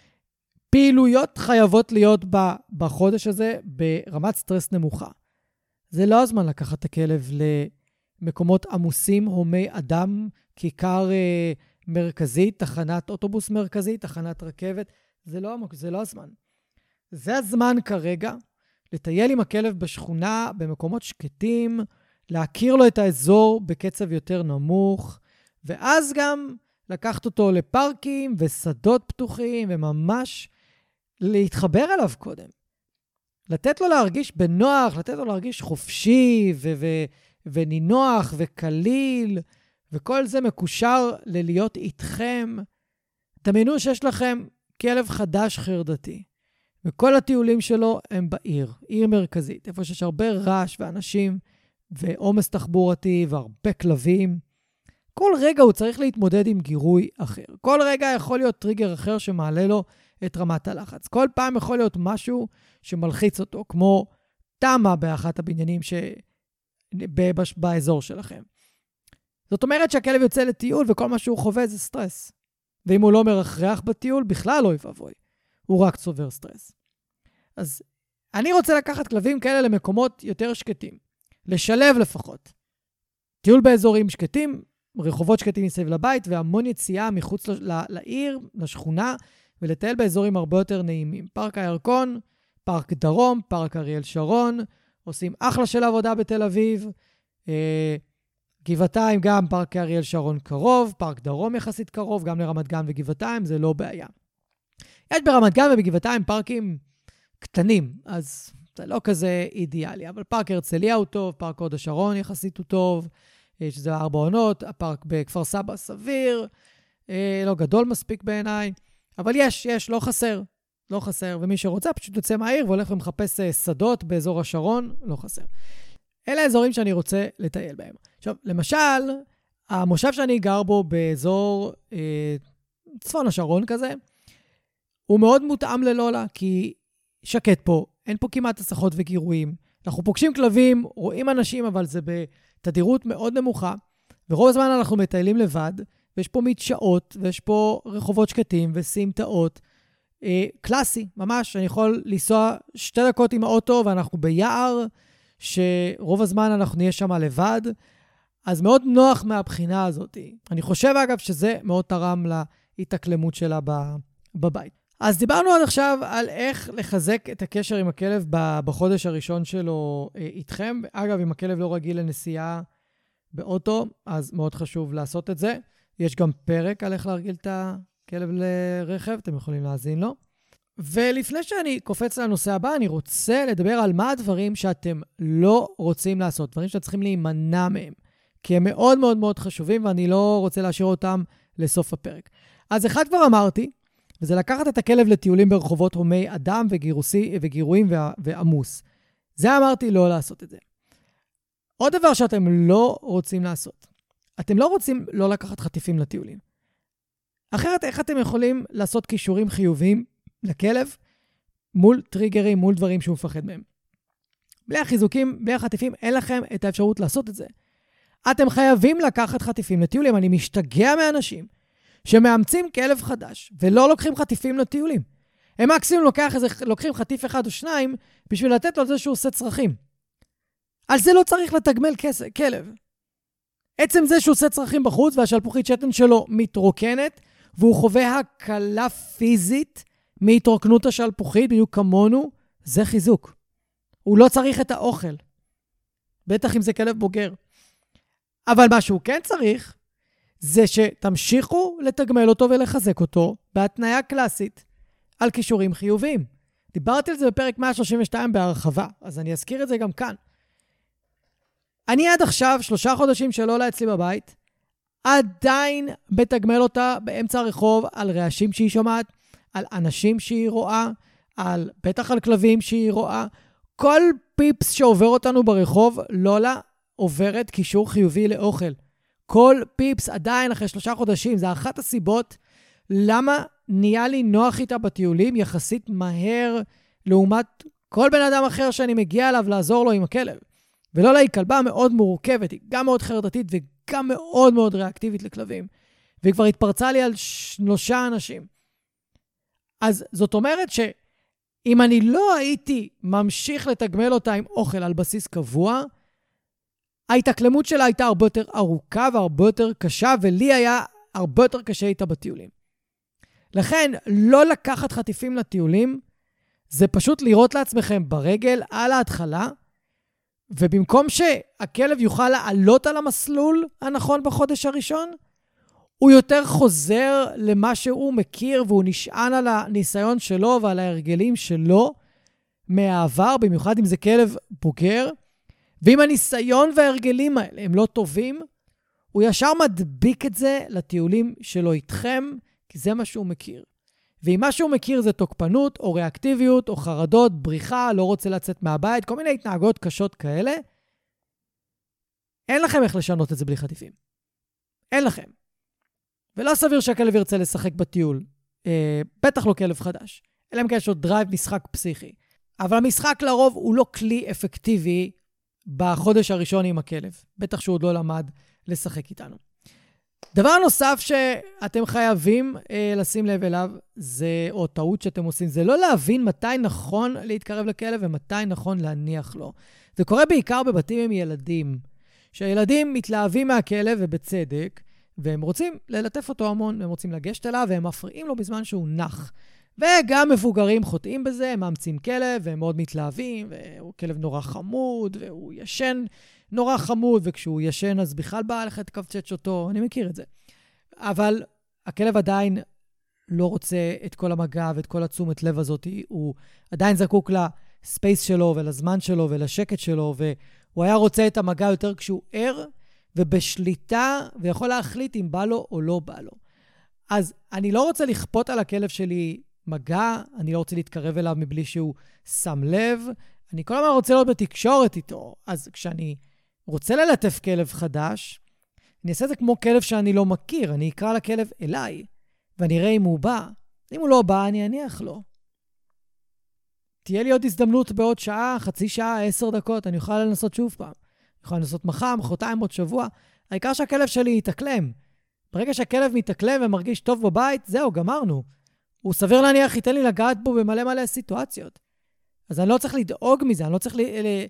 פעילויות חייבות להיות בחודש הזה ברמת סטרס נמוכה. זה לא הזמן לקחת את הכלב למקומות עמוסים, הומי אדם, כיכר מרכזית, תחנת אוטובוס מרכזית, תחנת רכבת. זה לא הזמן. זה הזמן כרגע לטייל עם הכלב בשכונה, במקומות שקטים, להכיר לו את האזור בקצב יותר נמוך, ואז גם לקחת אותו לפארקים ושדות פתוחים, וממש להתחבר אליו קודם. לתת לו להרגיש בנוח, לתת לו להרגיש חופשי ונינוח וקליל, וכל זה מקושר ללהיות איתכם. דמיינו שיש לכם כלב חדש חרדתי, וכל הטיולים שלו הם בעיר, עיר מרכזית, איפה שיש הרבה רעש ואנשים, ועומס תחבורתי והרבה כלבים. כל רגע הוא צריך להתמודד עם גירוי אחר. כל רגע יכול להיות טריגר אחר שמעלה לו את רמת הלחץ. כל פעם יכול להיות משהו שמלחיץ אותו, כמו תמה באחת הבניינים באזור שלכם. זאת אומרת שהכלב יוצא לטיול וכל מה שהוא חווה זה סטרס. ואם הוא לא מרחרח בטיול, בכלל לא יבואי. הוא רק צובר סטרס. אז אני רוצה לקחת כלבים כאלה למקומות יותר שקטים. לשלב לפחות. טיול באזורים שקטים, רחובות שקטים מסביב לבית, והמון יציאה מחוץ לעיר, לשכונה, ולטייל באזורים הרבה יותר נעימים. פארק הירקון, פארק דרום, פארק אריאל שרון, עושים אחלה של עבודה בתל אביב, גבעתיים גם פארק אריאל שרון קרוב, פארק דרום יחסית קרוב, גם לרמת גן וגבעתיים, זה לא בעיה. יש ברמת גן ובגבעתיים פארקים קטנים, אז זה לא כזה אידיאלי, אבל פארק הרצליה הוא טוב, פארק הוד השרון יחסית הוא טוב, שזה 4 עונות, הפארק בכפר סבא סביר, לא גדול מספיק בעיניי, אבל יש, לא חסר, ומי שרוצה פשוט יוצא מהעיר והולך ומחפש שדות באזור השרון, לא חסר. אלה האזורים שאני רוצה לטייל בהם. עכשיו, למשל, המושב שאני גר בו באזור צפון השרון כזה, הוא מאוד מותאם ללולה, כי שקט פה, אין פה כמעט הסחות וגירויים. אנחנו פוגשים כלבים, רואים אנשים, אבל זה בתדירות מאוד נמוכה, ורוב הזמן אנחנו מטיילים לבד, ויש פה מדשאות, ויש פה רחובות שקטים וסמטאות. קלאסי, ממש, אני יכול לנסוע 2 דקות עם האוטו, ואנחנו ביער, שרוב הזמן אנחנו נהיה שם לבד, אז מאוד נוח מהבחינה הזאת. אני חושב אגב שזה מאוד תרם להתאקלמות שלה בבית. אז דיברנו עד עכשיו על איך לחזק את הקשר עם הכלב בחודש הראשון שלו איתכם. אגב, אם הכלב לא רגיל לנסיעה באוטו, אז מאוד חשוב לעשות את זה. יש גם פרק על איך להרגיל את הכלב לרכב, אתם יכולים להאזין לו. ולפני שאני קופץ לנושא הבא, אני רוצה לדבר על מה הדברים שאתם לא רוצים לעשות, דברים שאתם צריכים להימנע מהם, כי הם מאוד מאוד מאוד חשובים, ואני לא רוצה להשאיר אותם לסוף הפרק. אז אחד כבר אמרתי, וזה לקחת את הכלב לטיולים ברחובות הומי אדם וגירויים ועמוס. זה אמרתי לא לעשות את זה. עוד דבר שאתם לא רוצים לעשות, אתם לא רוצים לא לקחת חטיפים לטיולים. אחרת איך אתם יכולים לעשות קישורים חיוביים לכלב מול טריגרים, מול דברים שהוא מפחד מהם? בלי החיזוקים, בלי החטיפים, אין לכם את האפשרות לעשות את זה. אתם חייבים לקחת חטיפים לטיולים. אני משתגע מאנשים שמאמצים כלב חדש ולא לוקחים חטיפים לטיולים. הם מקסימום לוקחים חטיף 1 או 2 בשביל לתת לו זה שהוא עושה צרכים. על זה לא צריך לתגמל כלב. עצם זה שהוא עושה צרכים בחוץ והשלפוחית שתן שלו מתרוקנת, והוא חווה הקלה פיזית מהתרוקנות השלפוחית, בדיוק כמונו, זה חיזוק. הוא לא צריך את האוכל. בטח אם זה כלב בוגר. אבל מה שהוא כן צריך, זה שתמשיכו לתגמל אותו ולחזק אותו, בהתניה קלאסית, על קישורים חיוביים. דיברתי על זה בפרק 132 בהרחבה, אז אני אזכיר את זה גם כאן. אני עד עכשיו, 3 חודשים שלא לה אצלי בבית, עדיין מתגמל אותה באמצע הרחוב על רעשים שהיא שומעת, על אנשים שהיא רואה, בטח על כלבים שהיא רואה. כל פיפס שעובר אותנו ברחוב, לולה עוברת קישור חיובי לאוכל. כל פיפס עדיין אחרי 3 חודשים, זה אחת הסיבות למה נהיה לי נוח איתה בטיולים יחסית מהר, לעומת כל בן אדם אחר שאני מגיע אליו לעזור לו עם הכלב. ולולה היא כלבה מאוד מורכבת, היא גם מאוד חרדתית וגם מאוד מאוד ריאקטיבית לכלבים. והיא כבר התפרצה לי על 3 אנשים. אז זאת אומרת שאם אני לא הייתי ממשיך לתגמל אותה עם אוכל על בסיס קבוע, ההתאקלמות שלה הייתה הרבה יותר ארוכה והרבה יותר קשה, ולי היה הרבה יותר קשה איתה בטיולים. לכן, לא לקחת חטיפים לטיולים, זה פשוט לראות לעצמכם ברגל על ההתחלה, ובמקום שהכלב יוכל לעלות על המסלול הנכון בחודש הראשון, הוא יותר חוזר למה שהוא מכיר, והוא נשען על הניסיון שלו ועל ההרגלים שלו מהעבר, במיוחד אם זה כלב בוגר. ואם הניסיון וההרגלים האלה הם לא טובים, הוא ישר מדביק את זה לטיולים שלו איתכם, כי זה מה שהוא מכיר. ואם מה שהוא מכיר זה תוקפנות, או ריאקטיביות, או חרדות, בריחה, לא רוצה לצאת מהבית, כל מיני התנהגות קשות כאלה, אין לכם איך לשנות את זה בלי חטיפים. אין לכם. ולא סביר שהכלב ירצה לשחק בטיול. בטח לא כלב חדש. אלא אם כן יש לו דרייב משחק פסיכי. אבל המשחק לרוב הוא לא כלי אפקטיבי בחודש הראשון עם הכלב. בטח שהוא עוד לא למד לשחק איתנו. דבר נוסף שאתם חייבים לשים לב אליו, או טעות שאתם עושים, זה לא להבין מתי נכון להתקרב לכלב ומתי נכון להניח לו. זה קורה בעיקר בבתים עם ילדים, שהילדים מתלהבים מהכלב ובצדק, והם רוצים ללטף אותו המון, הם רוצים לגשת אליו, והם מפריעים לו בזמן שהוא נח. וגם מבוגרים חוטאים בזה, הם מאמצים כלב, והם מאוד מתלהבים, והוא כלב נורא חמוד, והוא ישן נורא חמוד, וכשהוא ישן אז בכלל בא לך תקבצ'ץ' אותו, אני מכיר את זה. אבל הכלב עדיין לא רוצה את כל המגע ואת כל התשומת לב הזאת, הוא עדיין זקוק לספייס שלו ולזמן שלו ולשקט שלו, והוא היה רוצה את המגע יותר כשהוא ער, ובשליטה, ויכול להחליט אם בא לו או לא בא לו. אז אני לא רוצה לכפות על הכלב שלי מגע, אני לא רוצה להתקרב אליו מבלי שהוא שם לב, אני כל הזמן רוצה להיות בתקשורת איתו, אז כשאני רוצה ללטף כלב חדש, אני אעשה את זה כמו כלב שאני לא מכיר, אני אקרא לכלב אליי, ואני אראה אם הוא בא. אם הוא לא בא, אני אניח לו. תהיה לי עוד הזדמנות בעוד שעה, חצי שעה, 10 דקות, אני אוכל לנסות שוב פעם. אני יכול לנסות מחר, מחרתיים, עוד שבוע. העיקר שהכלב שלי יתאקלם. ברגע שהכלב מתאקלם ומרגיש טוב בבית, זהו, גמרנו. הוא סביר להניח, ייתן לי לגעת בו במלא סיטואציות. אז אני לא צריך לדאוג מזה, אני לא צריך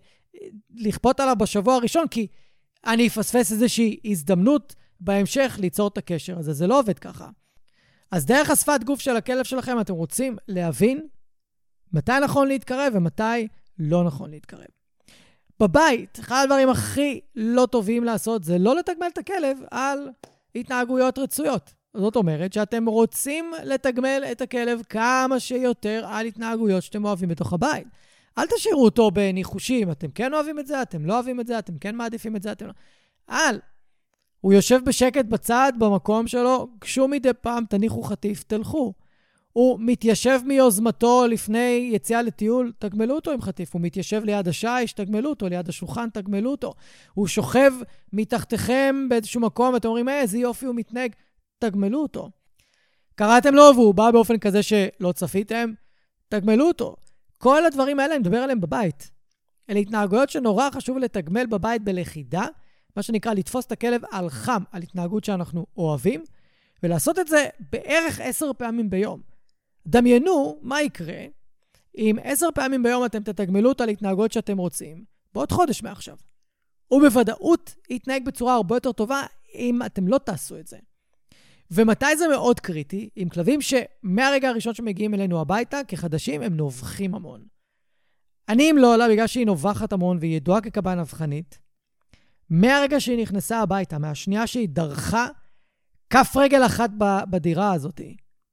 לכפות עליו בשבוע הראשון, כי אני אפספס איזושהי הזדמנות בהמשך ליצור את הקשר הזה. זה לא עובד ככה. אז דרך השפת גוף של הכלב שלכם, אתם רוצים להבין מתי נכון להתקרב ומתי לא נכון להתקרב. בבית, אחד הדברים הכי לא טובים לעשות, זה לא לתגמל את הכלב על התנהגויות רצויות. זאת אומרת שאתם רוצים לתגמל את הכלב כמה שיותר על התנהגויות שאתם אוהבים בתוך הבית. אל תשאירו אותו בניחושים, אתם כן אוהבים את זה, אתם לא אוהבים את זה, אתם כן מעדיפים את זה, אתם לא. הוא יושב בשקט בצד, במקום שלו, קשו מדי פעם, תניחו חטיף, תלכו. הוא מתיישב מיוזמתו לפני יציאה לטיול, תגמלו אותו עם חטיף. הוא מתיישב ליד השיש, תגמלו אותו, ליד השולחן, תגמלו אותו. הוא שוכב מתחתיכם באיזשהו מקום, ואתם אומרים, איזה יופי הוא מתנהג, תגמלו אותו. קראתם לו והוא בא באופן כזה שלא צפיתם, תגמלו אותו. כל הדברים האלה אני מדבר עליהם בבית. אלה התנהגויות שנורא חשוב לתגמל בבית בלכידה, מה שנקרא לתפוס את הכלב על חם, על התנהגות שאנחנו אוהבים, ולעשות את זה בערך 10 פעמים ביום. דמיינו מה יקרה אם 10 פעמים ביום אתם תתגמלו אותה להתנהגויות שאתם רוצים, בעוד חודש מעכשיו. ובוודאות יתנהג בצורה הרבה יותר טובה אם אתם לא תעשו את זה. ומתי זה מאוד קריטי? עם כלבים שמהרגע הראשון שמגיעים אלינו הביתה, כחדשים הם נובחים המון. אני עם לולה, בגלל שהיא נובחת המון והיא ידועה כקב"ן אבחנית, מהרגע שהיא נכנסה הביתה, מהשנייה שהיא דרכה כף רגל אחת בדירה הזאת,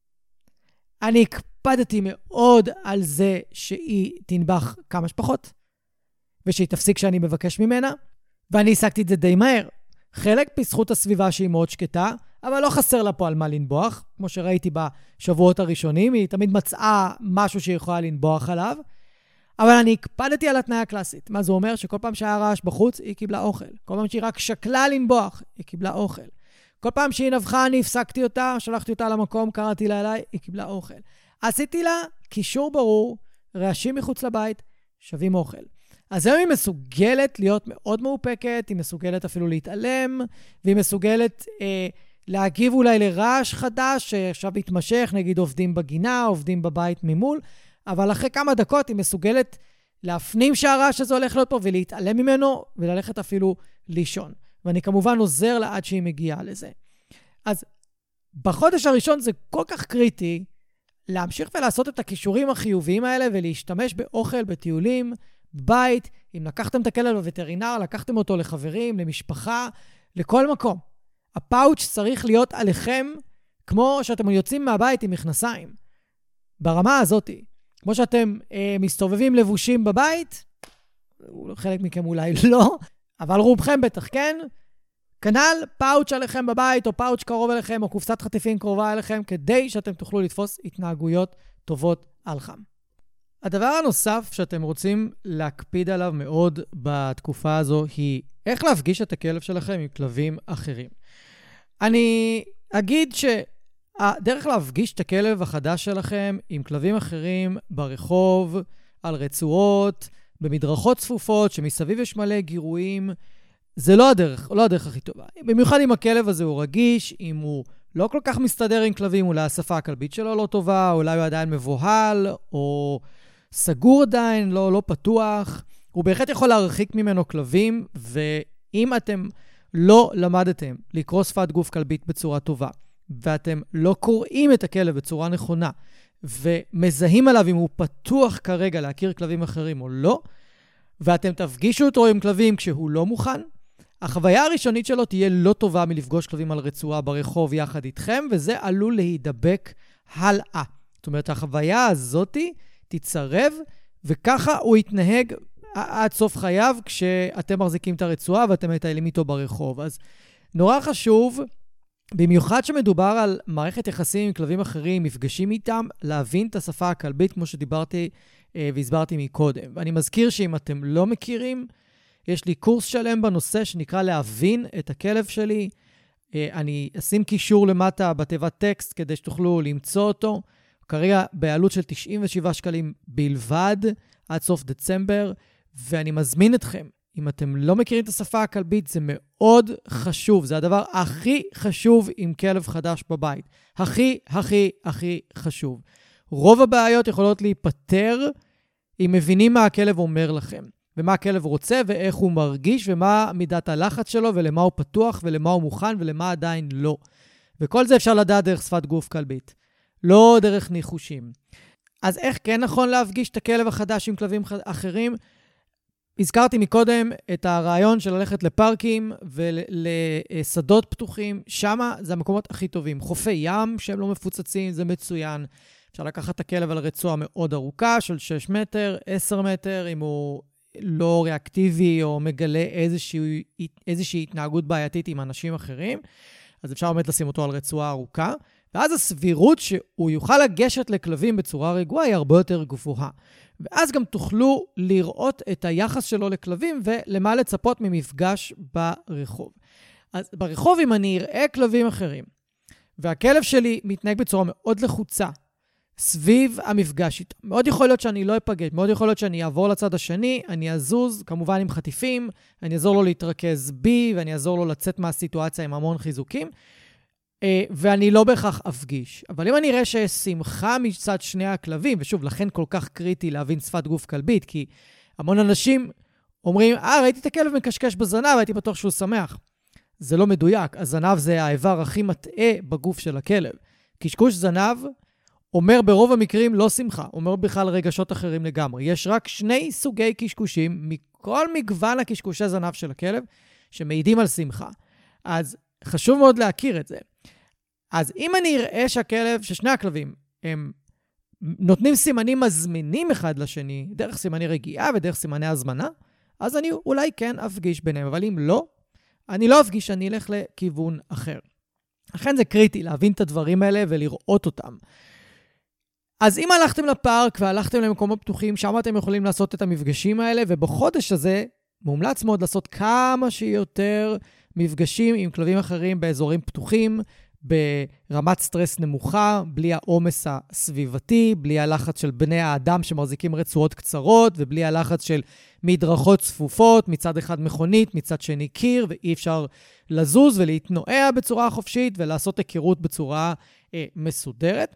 אני הקפדתי מאוד על זה שהיא תנבח כמה שפחות, ושהיא תפסיק שאני מבקש ממנה, ואני השגתי את זה די מהר. חלק בזכות הסביבה שהיא מאוד שקטה, אבל לא חסר לה פה על מה לנבוח, כמו שראיתי בשבועות הראשונים, היא תמיד מצאה משהו שהיא יכולה לנבוח עליו, אבל אני הקפדתי על התנאי הקלאסית. מה זה אומר? שכל פעם שהיה רעש בחוץ, היא קיבלה אוכל. כל פעם שהיא רק שקלה לנבוח, היא קיבלה אוכל. כל פעם שהיא נבחה, אני הפסקתי אותה, שלחתי אותה למקום, קראתי לה אליי, היא קיבלה אוכל. עשיתי לה קישור ברור, רעשים מחוץ לבית, שווים אוכל. אז היום היא מסוגלת להיות מאוד מאופקת, היא מסוגלת אפילו להתעלם, והיא מסוגלת להגיב אולי לרעש חדש, שעכשיו יתמשך, נגיד עובדים בגינה, עובדים בבית ממול, אבל אחרי כמה דקות היא מסוגלת להפנים שהרעש הזה הולך להיות פה, ולהתעלם ממנו, וללכת אפילו לישון. ואני כמובן עוזר לה עד שהיא מגיעה לזה. אז בחודש הראשון זה כל כך קריטי, להמשיך ולעשות את הכישורים החיוביים האלה, ולהשתמש באוכל, בטיולים, בבית. אם לקחתם את הכלב בווטרינר, לקחתם אותו לחברים, למשפחה, לכל מקום. הפאוץ' צריך להיות עליכם, כמו שאתם יוצאים מהבית עם מכנסיים. ברמה הזאת, כמו שאתם מסתובבים לבושים בבית, חלק מכם אולי לא, אבל רובכם בטח כן, כנ"ל פאוץ' עליכם בבית, או פאוץ' קרוב אליכם, או קופסת חטיפים קרובה אליכם, כדי שאתם תוכלו לתפוס התנהגויות טובות על חם. הדבר הנוסף שאתם רוצים להקפיד עליו מאוד בתקופה הזו, היא איך להפגיש את הכלב שלכם עם כלבים אחרים. אני אגיד שהדרך להפגיש את הכלב החדש שלכם עם כלבים אחרים ברחוב, על רצועות, במדרכות צפופות, שמסביב יש מלא גירויים, זה לא הדרך הכי טובה. במיוחד אם הכלב הזה הוא רגיש, אם הוא לא כל כך מסתדר עם כלבים, אולי השפה הכלבית שלו לא טובה, אולי הוא עדיין מבוהל, או סגור עדיין, לא פתוח. הוא בהחלט יכול להרחיק ממנו כלבים, ואם אתם לא למדתם לקרוא שפת גוף כלבית בצורה טובה, ואתם לא קוראים את הכלב בצורה נכונה, ומזהים עליו אם הוא פתוח כרגע להכיר כלבים אחרים או לא, ואתם תפגישו אותו עם כלבים כשהוא לא מוכן, החוויה הראשונית שלו תהיה לא טובה מלפגוש כלבים על רצועה ברחוב יחד איתכם, וזה עלול להידבק הלאה. זאת אומרת, החוויה הזאת תצרב, וככה הוא יתנהג עד סוף חייו כשאתם מחזיקים את הרצועה ואתם מטיילים איתו ברחוב. אז נורא חשוב, במיוחד שמדובר על מערכת יחסים עם כלבים אחרים, מפגשים איתם, להבין את השפה הכלבית כמו שדיברתי והסברתי מקודם. ואני מזכיר שאם אתם לא מכירים, יש לי קורס שלם בנושא שנקרא להבין את הכלב שלי. אני אשים קישור למטה בתיבת טקסט כדי שתוכלו למצוא אותו. כרגע בעלות של 97 שקלים בלבד עד סוף דצמבר, ואני מזמין אתכם. אם אתם לא מכירים את השפה הכלבית, זה מאוד חשוב. זה הדבר הכי חשוב עם כלב חדש בבית. הכי חשוב. רוב הבעיות יכולות להיפטר אם מבינים מה הכלב אומר לכם, ומה הכלב רוצה, ואיך הוא מרגיש, ומה מידת הלחץ שלו, ולמה הוא פתוח, ולמה הוא מוכן, ולמה עדיין לא. וכל זה אפשר לדעת דרך שפת גוף כלבית, לא דרך ניחושים. אז איך כן נכון להפגיש את הכלב החדש עם כלבים אחרים? הזכרתי מקודם את הרעיון של ללכת לפארקים ולשדות פתוחים. שמה זה המקומות הכי טובים. חופי ים שהם לא מפוצצים, זה מצוין. אפשר לקחת את הכלב על רצועה מאוד ארוכה של 6 מטר, 10 מטר, אם הוא לא ריאקטיבי או מגלה איזושהי התנהגות בעייתית עם אנשים אחרים. אז אפשר באמת לשים אותו על רצועה ארוכה. ואז הסבירות שהוא יוכל לגשת לכלבים בצורה רגועה היא הרבה יותר גבוהה. ואז גם תוכלו לראות את היחס שלו לכלבים ולמה לצפות ממפגש ברחוב. אז ברחוב אם אני אראה כלבים אחרים, והכלב שלי מתנהג בצורה מאוד לחוצה, סביב המפגש איתו, מאוד יכול להיות שאני לא אפגש, מאוד יכול להיות שאני אעבור לצד השני, אני אזוז, כמובן עם חטיפים, אני אעזור לו להתרכז בי, ואני אעזור לו לצאת מהסיטואציה עם המון חיזוקים, ואני לא בהכרח אפגיש. אבל אם אני אראה ששמחה מצד שני הכלבים, ושוב, לכן כל כך קריטי להבין שפת גוף כלבית, כי המון אנשים אומרים, ראיתי את הכלב מקשקש בזנב, הייתי בטוח שהוא שמח. זה לא מדויק. הזנב זה האיבר הכי מטעה בגוף של הכלב. קשקוש זנב אומר ברוב המקרים לא שמחה, אומר בכלל רגשות אחרים לגמרי. יש רק 2 סוגי קשקושים מכל מגוון הקשקושי זנב של הכלב, שמעידים על שמחה. אז חשוב מאוד להכיר את זה. אז אם אני אראה ששני הכלבים הם נותנים סימנים מזמינים אחד לשני, דרך סימני רגיעה ודרך סימני הזמנה, אז אני אולי כן אפגיש ביניהם, אבל אם לא, אני לא אפגיש, אני אלך לכיוון אחר. לכן זה קריטי להבין את הדברים האלה ולראות אותם. אז אם הלכתם לפארק והלכתם למקומות פתוחים, שם אתם יכולים לעשות את המפגשים האלה, ובחודש הזה מומלץ מאוד לעשות כמה שיותר מפגשים עם כלבים אחרים באזורים פתוחים, ברמת סטרס נמוכה, בלי העומס הסביבתי, בלי הלחץ של בני האדם שמחזיקים רצועות קצרות, ובלי הלחץ של מדרכות צפופות, מצד אחד מכונית, מצד שני קיר, ואי אפשר לזוז ולהתנועע בצורה חופשית, ולעשות היכרות בצורה מסודרת.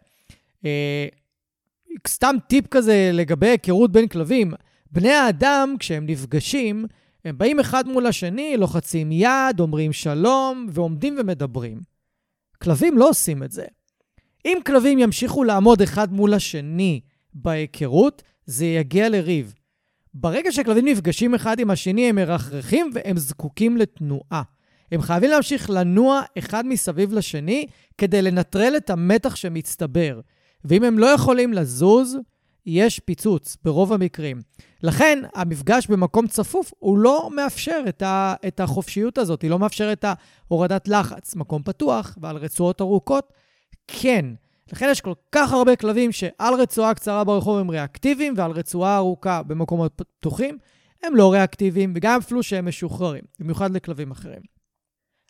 סתם טיפ כזה לגבי היכרות בין כלבים, בני האדם כשהם נפגשים, הם באים אחד מול השני, לוחצים יד, אומרים שלום, ועומדים ומדברים. כלבים לא עושים את זה. אם כלבים ימשיכו לעמוד אחד מול השני בהיכרות, זה יגיע לריב. ברגע שכלבים נפגשים אחד עם השני, הם מרחרחים והם זקוקים לתנועה. הם חייבים להמשיך לנוע אחד מסביב לשני, כדי לנטרל את המתח שמצטבר. ואם הם לא יכולים לזוז, יש פיצוץ ברוב המקרים. לכן, המפגש במקום צפוף, הוא לא מאפשר את החופשיות הזאת, היא לא מאפשר את הורדת לחץ. מקום פתוח ועל רצועות ארוכות, כן. לכן יש כל כך הרבה כלבים שעל רצועה קצרה ברחוב הם ריאקטיביים, ועל רצועה ארוכה במקומות פתוחים, הם לא ריאקטיביים, וגם אפילו שהם משוחררים, במיוחד לכלבים אחרים.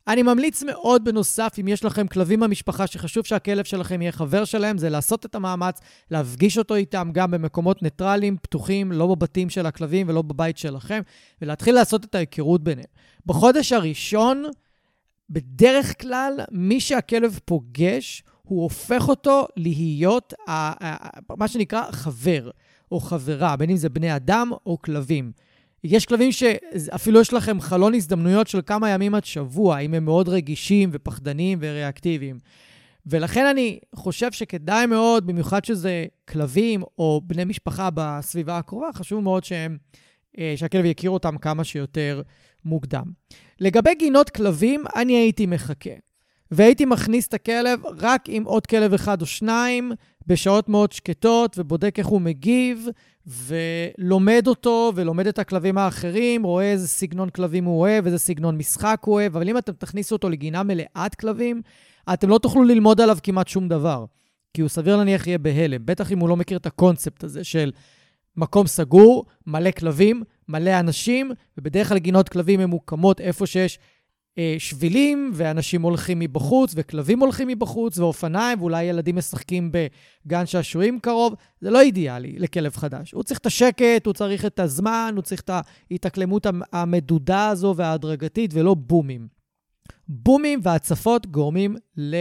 אני ממליץ מאוד בנוסף, אם יש לכם כלבים במשפחה שחשוב שהכלב שלכם יהיה חבר שלהם, זה לעשות את המאמץ, להפגיש אותו איתם גם במקומות ניטרליים, פתוחים, לא בבתים של הכלבים ולא בבית שלכם, ולהתחיל לעשות את ההיכרות ביניהם. בחודש הראשון, בדרך כלל, מי שהכלב פוגש, הוא הופך אותו להיות מה שנקרא חבר או חברה, בין אם זה בני אדם או כלבים. יש כלבים שאפילו יש לכם חלון הזדמנויות של כמה ימים עד שבוע, אם הם מאוד רגישים ופחדניים וריאקטיביים. ולכן אני חושב שכדאי מאוד, במיוחד שזה כלבים או בני משפחה בסביבה הקרובה, חשוב מאוד שהכלב יכיר אותם כמה שיותר מוקדם. לגבי גינות כלבים, אני הייתי מחכה. והייתי מכניס את הכלב רק עם עוד כלב אחד או שניים, בשעות מאוד שקטות, ובודק איך הוא מגיב, ולומד אותו, ולומד את הכלבים האחרים, רואה איזה סגנון כלבים הוא אוהב, איזה סגנון משחק הוא אוהב, אבל אם אתם תכניסו אותו לגינה מלאת כלבים, אתם לא תוכלו ללמוד עליו כמעט שום דבר, כי הוא סביר להניח יהיה בהלם, בטח אם הוא לא מכיר את הקונספט הזה של מקום סגור, מלא כלבים, מלא אנשים, ובדרך כלל גינות כלבים הן מוקמות איפה שיש שבילים, ואנשים הולכים מבחוץ, וכלבים הולכים מבחוץ, ואופניים, ואולי ילדים משחקים בגן שעשועים קרוב. זה לא אידיאלי לכלב חדש. הוא צריך את השקט, הוא צריך את הזמן, הוא צריך את ההתאקלמות המדודה הזו וההדרגתית, ולא בומים. בומים והצפות גורמים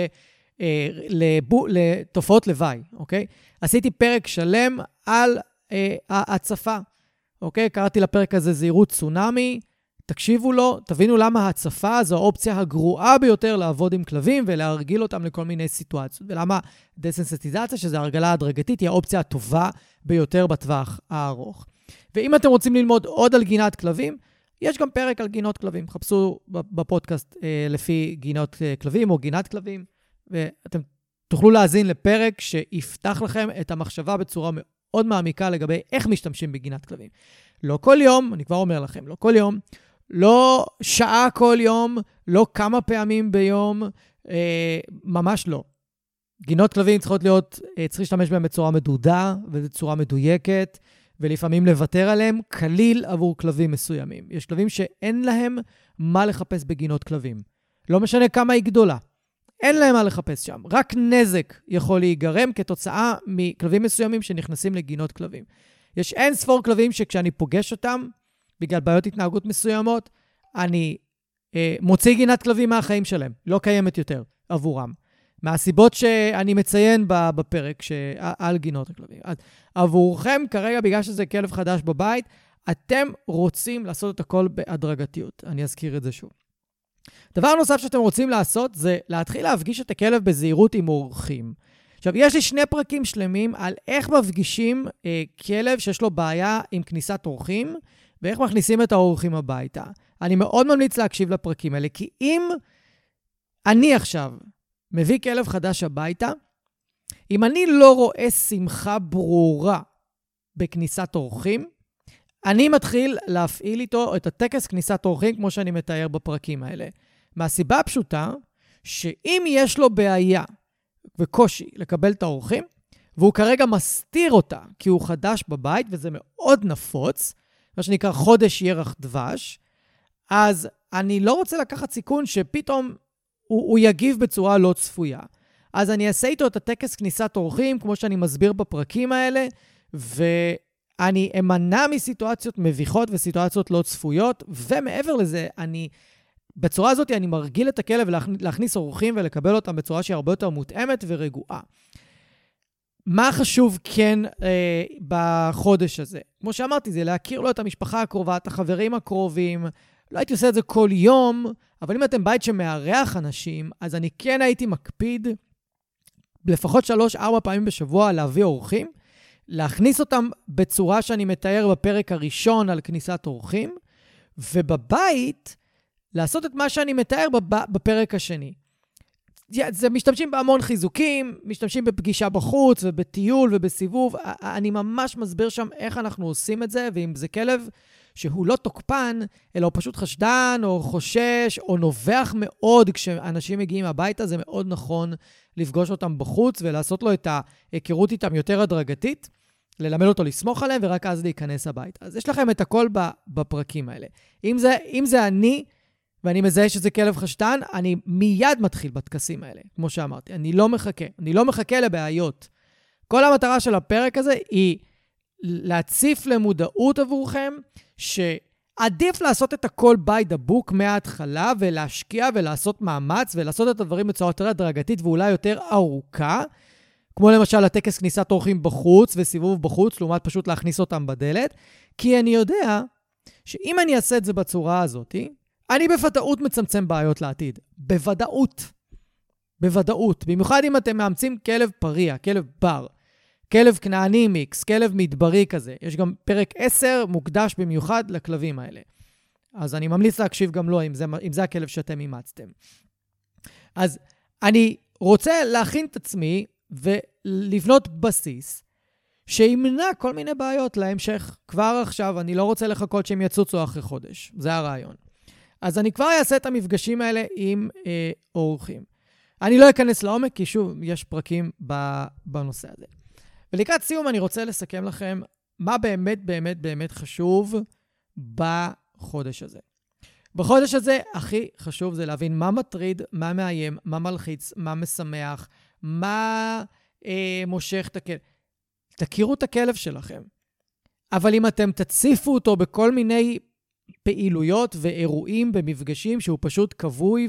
לתופעות לוואי, אוקיי? עשיתי פרק שלם על ההצפה, אוקיי? קראתי לפרק הזה זהירות צונאמי, תקשיבו לו, תבינו למה הצפה זו האופציה הגרועה ביותר לעבוד עם כלבים ולהרגיל אותם לכל מיני סיטואציות. ולמה דסנסיטיזציה, שזה הרגלה הדרגתית, היא האופציה הטובה ביותר בטווח הארוך. ואם אתם רוצים ללמוד עוד על גינת כלבים, יש גם פרק על גינות כלבים. חפשו בפודקאסט לפי גינות כלבים או גינת כלבים, ואתם תוכלו להאזין לפרק שיפתח לכם את המחשבה בצורה מאוד מעמיקה לגבי איך משתמשים בגינת כלבים. לא כל יום, אני כבר אומר לכם, לא כל יום, לא שעה כל יום, לא כמה פעמים ביום, ממש לא. גינות כלבים צריכות להיות, צריך להשתמש בהן בצורה מדודה ובצורה מדויקת, ולפעמים לוותר עליהם כליל עבור כלבים מסוימים. יש כלבים שאין להם מה לחפש בגינות כלבים. לא משנה כמה היא גדולה. אין להם מה לחפש שם. רק נזק יכול להיגרם כתוצאה מכלבים מסוימים שנכנסים לגינות כלבים. יש אין ספור כלבים שכשאני פוגש אותם, בגלל בעיות התנהגות מסוימות, אני מוציא גינת כלבים מהחיים שלהם. לא קיימת יותר עבורם. מהסיבות שאני מציין בפרק על גינות הכלבים. אז עבורכם כרגע, בגלל שזה כלב חדש בבית, אתם רוצים לעשות את הכל בהדרגתיות. אני אזכיר את זה שוב. דבר נוסף שאתם רוצים לעשות זה להתחיל להפגיש את הכלב בזהירות עם אורחים. עכשיו, יש לי 2 פרקים שלמים על איך מפגישים כלב שיש לו בעיה עם כניסת אורחים, ואיך מכניסים את האורחים הביתה. אני מאוד ממליץ להקשיב לפרקים האלה, כי אם אני עכשיו מביא כלב חדש הביתה, אם אני לא רואה שמחה ברורה בכניסת אורחים, אני מתחיל להפעיל איתו את הטקס כניסת אורחים, כמו שאני מתאר בפרקים האלה. מהסיבה הפשוטה, שאם יש לו בעיה וקושי לקבל את האורחים, והוא כרגע מסתיר אותה, כי הוא חדש בבית, וזה מאוד נפוץ, מה שנקרא חודש ירח דבש, אז אני לא רוצה לקחת סיכון שפתאום הוא יגיב בצורה לא צפויה. אז אני אעשה איתו את הטקס כניסת אורחים, כמו שאני מסביר בפרקים האלה, ואני אמנע מסיטואציות מביכות וסיטואציות לא צפויות, ומעבר לזה, בצורה הזאת אני מרגיל את הכלב להכניס אורחים ולקבל אותם בצורה שהיא הרבה יותר מותאמת ורגועה. מה חשוב כן בחודש הזה? כמו שאמרתי, זה להכיר לו את המשפחה הקרובה, את החברים הקרובים. לא הייתי עושה את זה כל יום, אבל אם אתם בית שמארח אנשים, אז אני כן הייתי מקפיד לפחות 3-4 פעמים בשבוע להביא אורחים, להכניס אותם בצורה שאני מתאר בפרק הראשון על כניסת אורחים, ובבית לעשות את מה שאני מתאר בפרק השני. זה משתמשים בהמון חיזוקים, משתמשים בפגישה בחוץ ובטיול ובסיבוב. אני ממש מסביר שם איך אנחנו עושים את זה, ואם זה כלב שהוא לא תוקפן, אלא הוא פשוט חשדן או חושש או נובח מאוד כשאנשים מגיעים הביתה, זה מאוד נכון לפגוש אותם בחוץ ולעשות לו את ההיכרות איתם יותר הדרגתית, ללמד אותו לסמוך עליהם ורק אז להיכנס הביתה. אז יש לכם את הכל בפרקים האלה. אם זה אני ואני מזהה שזה כלב חשטן, אני מיד מתחיל בטקסים האלה, כמו שאמרתי. אני לא מחכה לבעיות. כל המטרה של הפרק הזה היא להציף למודעות עבורכם, שעדיף לעשות את הכל by the book מההתחלה, ולהשקיע ולעשות מאמץ, ולעשות את הדברים בצורה יותר הדרגתית, ואולי יותר ארוכה, כמו למשל הטקס כניסת אורחים בחוץ, וסיבוב בחוץ, לעומת פשוט להכניס אותם בדלת, כי אני יודע שאם אני אעשה את זה בצורה הזאת, אני בוודאות מצמצם בעיות לעתיד. בוודאות. במיוחד אם אתם מאמצים כלב פריה, כלב בר, כלב כנעני מיקס, כלב מדברי כזה. יש גם פרק 10 מוקדש במיוחד לכלבים האלה. אז אני ממליץ להקשיב גם לו, אם זה הכלב שאתם אימצתם. אז אני רוצה להכין את עצמי ולבנות בסיס שימנע כל מיני בעיות להמשך. כבר עכשיו, אני לא רוצה לחכות שהם יצוצו אחרי חודש. זה הרעיון. אז אני כבר אעשה את המפגשים האלה עם אורחים. אני לא אכנס לעומק, כי שוב, יש פרקים בנושא הזה. ולקראת סיום, אני רוצה לסכם לכם מה באמת חשוב בחודש הזה. בחודש הזה, הכי חשוב זה להבין מה מטריד, מה מאיים, מה מלחיץ, מה משמח, מה מושך את הכלב. תכירו את הכלב שלכם. אבל אם אתם תציפו אותו בכל מיני פעילויות ואירועים במפגשים שהוא פשוט קבוי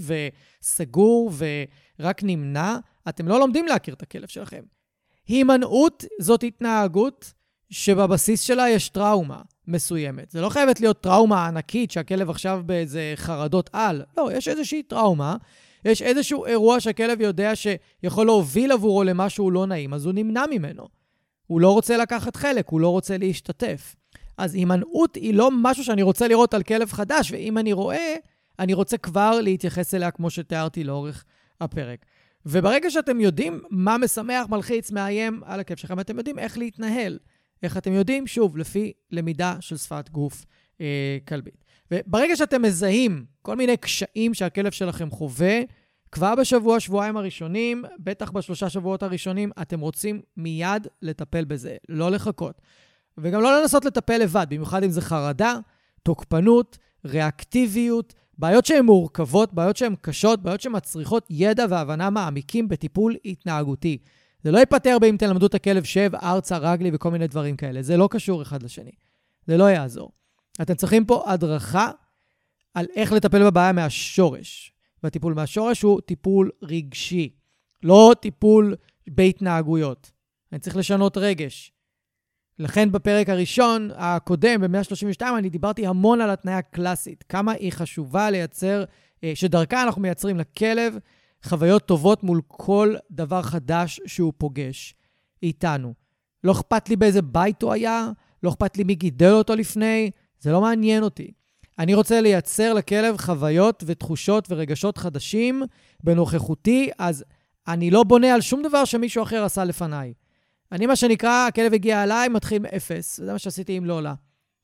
וסגור ורק נמנע, אתם לא לומדים להכיר את הכלב שלכם. הימנעות זאת התנהגות שבבסיס שלה יש טראומה מסוימת. זה לא חייבת להיות טראומה ענקית שהכלב עכשיו באיזה חרדות על. לא, יש איזושהי טראומה, יש איזשהו אירוע שהכלב יודע שיכול להוביל עבורו למשהו לא נעים, אז הוא נמנע ממנו. הוא לא רוצה לקחת חלק, הוא לא רוצה להשתתף. אז הימנעות היא לא משהו שאני רוצה לראות על כלב חדש, ואם אני רואה, אני רוצה כבר להתייחס אליה כמו שתיארתי לאורך הפרק. וברגע שאתם יודעים מה משמח, מלחיץ, מאיים על הכלב שלכם, אתם יודעים איך להתנהל. איך אתם יודעים, שוב, לפי למידה של שפת גוף כלבית. וברגע שאתם מזהים כל מיני קשיים שהכלב שלכם חווה, כבר שבועיים הראשונים, בטח בשלושה שבועות הראשונים, אתם רוצים מיד לטפל בזה, לא לחכות. וגם לא לנסות לטפל לבד, במיוחד אם זה חרדה, תוקפנות, ריאקטיביות, בעיות שהן מורכבות, בעיות שהן קשות, בעיות שמצריכות ידע והבנה מעמיקים בטיפול התנהגותי. זה לא ייפטר באם תלמדו את הכלב שב, ארצה, רגלי וכל מיני דברים כאלה. זה לא קשור אחד לשני. זה לא יעזור. אתם צריכים פה הדרכה על איך לטפל בבעיה מהשורש. והטיפול מהשורש הוא טיפול רגשי, לא טיפול בהתנהגויות. אני צריך לשנות רגש. לכן בפרק הראשון, הקודם, ב-132, אני דיברתי המון על התניה הקלאסית. כמה היא חשובה לייצר, שדרכה אנחנו מייצרים לכלב חוויות טובות מול כל דבר חדש שהוא פוגש איתנו. לא אכפת לי באיזה בית הוא היה, לא אכפת לי מי גידל אותו לפני, זה לא מעניין אותי. אני רוצה לייצר לכלב חוויות ותחושות ורגשות חדשים בנוכחותי, אז אני לא בונה על שום דבר שמישהו אחר עשה לפניי. אני מה שנקרא, הכלב הגיע אליי, מתחיל מאפס. זה מה שעשיתי עם לולה.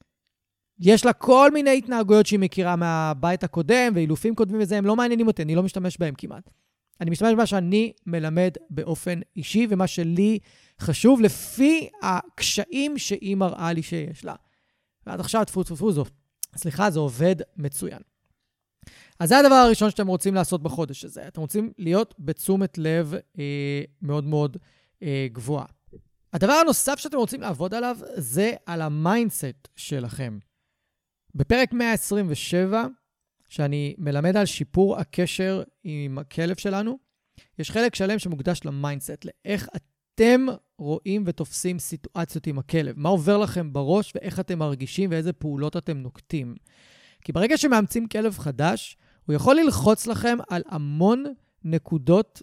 יש לה כל מיני התנהגויות שהיא מכירה מהבית הקודם, ואילופים קודמים וזה, הם לא מעניינים אותי, אני לא משתמש בהם כמעט. אני משתמש במה שאני מלמד באופן אישי, ומה שלי חשוב לפי הקשיים שהיא מראה לי שיש לה. ועד עכשיו, זה עובד מצוין. אז זה הדבר הראשון שאתם רוצים לעשות בחודש הזה. אתם רוצים להיות בתשומת לב מאוד מאוד גבוהה. הדבר הנוסף שאתם רוצים לעבוד עליו, זה על המיינדסט שלכם. בפרק 127, שאני מלמד על שיפור הקשר עם הכלב שלנו, יש חלק שלם שמוקדש למיינדסט, לאיך אתם רואים ותופסים סיטואציות עם הכלב, מה עובר לכם בראש ואיך אתם מרגישים ואיזה פעולות אתם נוקטים. כי ברגע שמאמצים כלב חדש, הוא יכול ללחוץ לכם על המון נקודות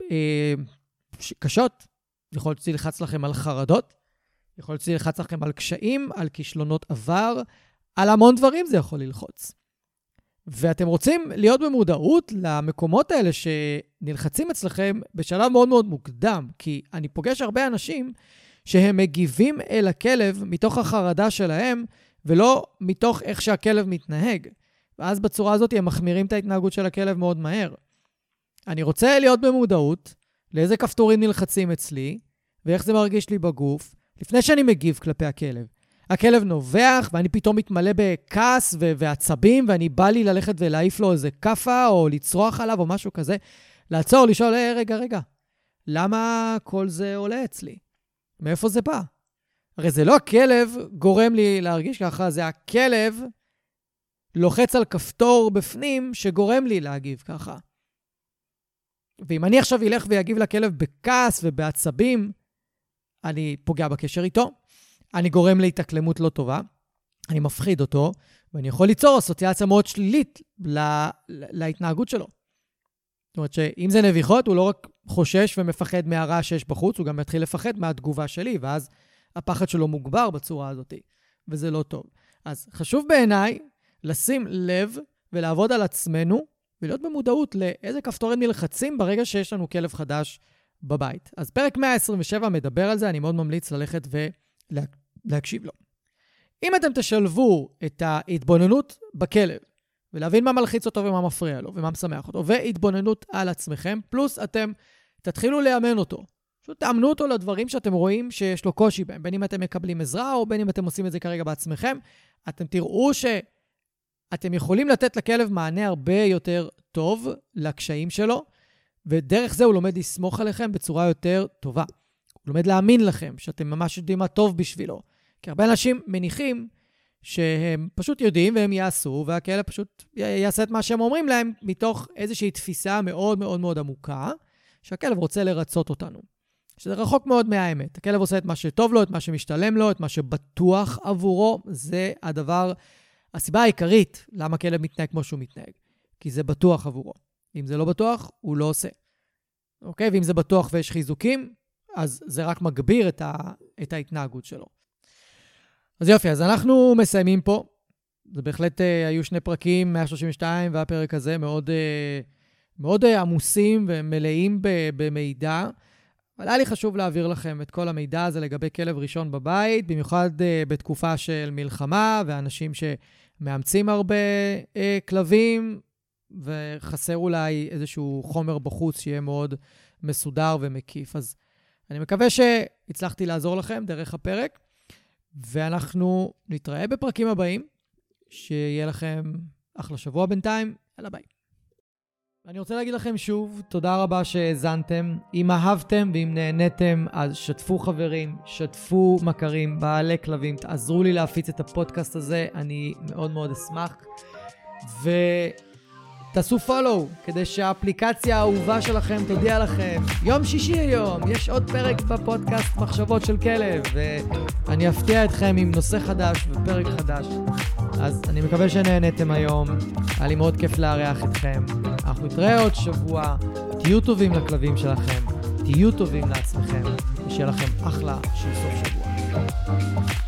קשות. יכול ללחץ לכם על חרדות, יכול ללחץ לכם על קשיים, על כישלונות עבר, על המון דברים זה יכול ללחוץ. ואתם רוצים להיות במודעות למקומות האלה שנלחצים אצלכם בשלב מאוד מאוד מוקדם, כי אני פוגש הרבה אנשים שהם מגיבים אל הכלב מתוך החרדה שלהם, ולא מתוך איך שהכלב מתנהג. ואז בצורה הזאת הם מחמירים את ההתנהגות של הכלב מאוד מהר. אני רוצה להיות במודעות לאיזה כפתורים נלחצים אצלי, ואיך זה מרגיש לי בגוף, לפני שאני מגיב כלפי הכלב. הכלב נובח, ואני פתאום מתמלא בכעס ועצבים, ואני בא לי ללכת ולהעיף לו איזה קפה, או לצרוח עליו, או משהו כזה. לעצור, לשאול, רגע, למה כל זה עולה אצלי? מאיפה זה בא? הרי זה לא הכלב גורם לי להרגיש ככה, זה הכלב לוחץ על כפתור בפנים שגורם לי להגיב ככה. ואם אני עכשיו אלך ויגיב לכלב בכעס ובעצבים, אני פוגע בקשר איתו, אני גורם להתאקלמות לא טובה, אני מפחיד אותו, ואני יכול ליצור אסוציאציה מאוד שלילית להתנהגות שלו. זאת אומרת שאם זה נביחות, הוא לא רק חושש ומפחד מהרעש שיש בחוץ, הוא גם מתחיל לפחד מהתגובה שלי, ואז הפחד שלו מוגבר בצורה הזאת, וזה לא טוב. אז חשוב בעיניי לשים לב ולעבוד על עצמנו, ולהיות במודעות לאיזה כפתורים נלחצים ברגע שיש לנו כלב חדש בבית. אז פרק 127 מדבר על זה, אני מאוד ממליץ ללכת ולהקשיב לו. אם אתם תשלבו את ההתבוננות בכלב, ולהבין מה מלחיץ אותו ומה מפריע לו, ומה משמח אותו, והתבוננות על עצמכם, פלוס אתם תתחילו לאמן אותו. פשוט תאמנו אותו לדברים שאתם רואים שיש לו קושי בהם, בין אם אתם מקבלים עזרה, או בין אם אתם עושים את זה כרגע בעצמכם, אתם תראו שאתם יכולים לתת לכלב מענה הרבה יותר טוב לקשיים שלו, ודרך זה הוא לומד לסמוך עליכם בצורה יותר טובה. הוא לומד להאמין לכם, שאתם ממש יודעים מה טוב בשבילו. כי הרבה אנשים מניחים שהם פשוט יודעים והם יעשו, והכלב פשוט יעשה את מה שהם אומרים להם, מתוך איזושהי תפיסה מאוד מאוד מאוד עמוקה, שהכלב רוצה לרצות אותנו. שזה רחוק מאוד מהאמת. הכלב עושה את מה שטוב לו, את מה שמשתלם לו, את מה שבטוח עבורו. זה הסיבה העיקרית למה הכלב מתנהג כמו שהוא מתנהג. כי זה בטוח עבורו. אם זה לא בטוח, הוא לא עושה. אוקיי? ואם זה בטוח ויש חיזוקים, אז זה רק מגביר את ההתנהגות שלו. אז יופי, אז אנחנו מסיימים פה. זה בהחלט היו שני פרקים, 132 והפרק הזה מאוד, מאוד עמוסים ומלאים במידע. אבל היה לי חשוב להעביר לכם את כל המידע הזה לגבי כלב ראשון בבית, במיוחד בתקופה של מלחמה, ואנשים שמאמצים הרבה כלבים, וחסר אולי איזשהו חומר בחוץ שיהיה מאוד מסודר ומקיף. אז אני מקווה שהצלחתי לעזור לכם דרך הפרק, ואנחנו נתראה בפרקים הבאים, שיהיה לכם אחלה שבוע בינתיים, יאללה ביי. אני רוצה להגיד לכם שוב, תודה רבה שהאזנתם. אם אהבתם ואם נהניתם, אז שתפו חברים, שתפו מכרים, בעלי כלבים, תעזרו לי להפיץ את הפודקאסט הזה, אני מאוד מאוד אשמח. ותעשו פולו, כדי שהאפליקציה האהובה שלכם תודיע לכם. יום שישי היום, יש עוד פרק בפודקאסט מחשבות של כלב, ואני אפתיע אתכם עם נושא חדש ופרק חדש. אז אני מקווה שנהניתם היום, היה לי מאוד כיף לארח אתכם. אנחנו נתראה עוד שבוע, תהיו טובים לכלבים שלכם, תהיו טובים לעצמכם, ושיהיה לכם אחלה של סוף שבוע.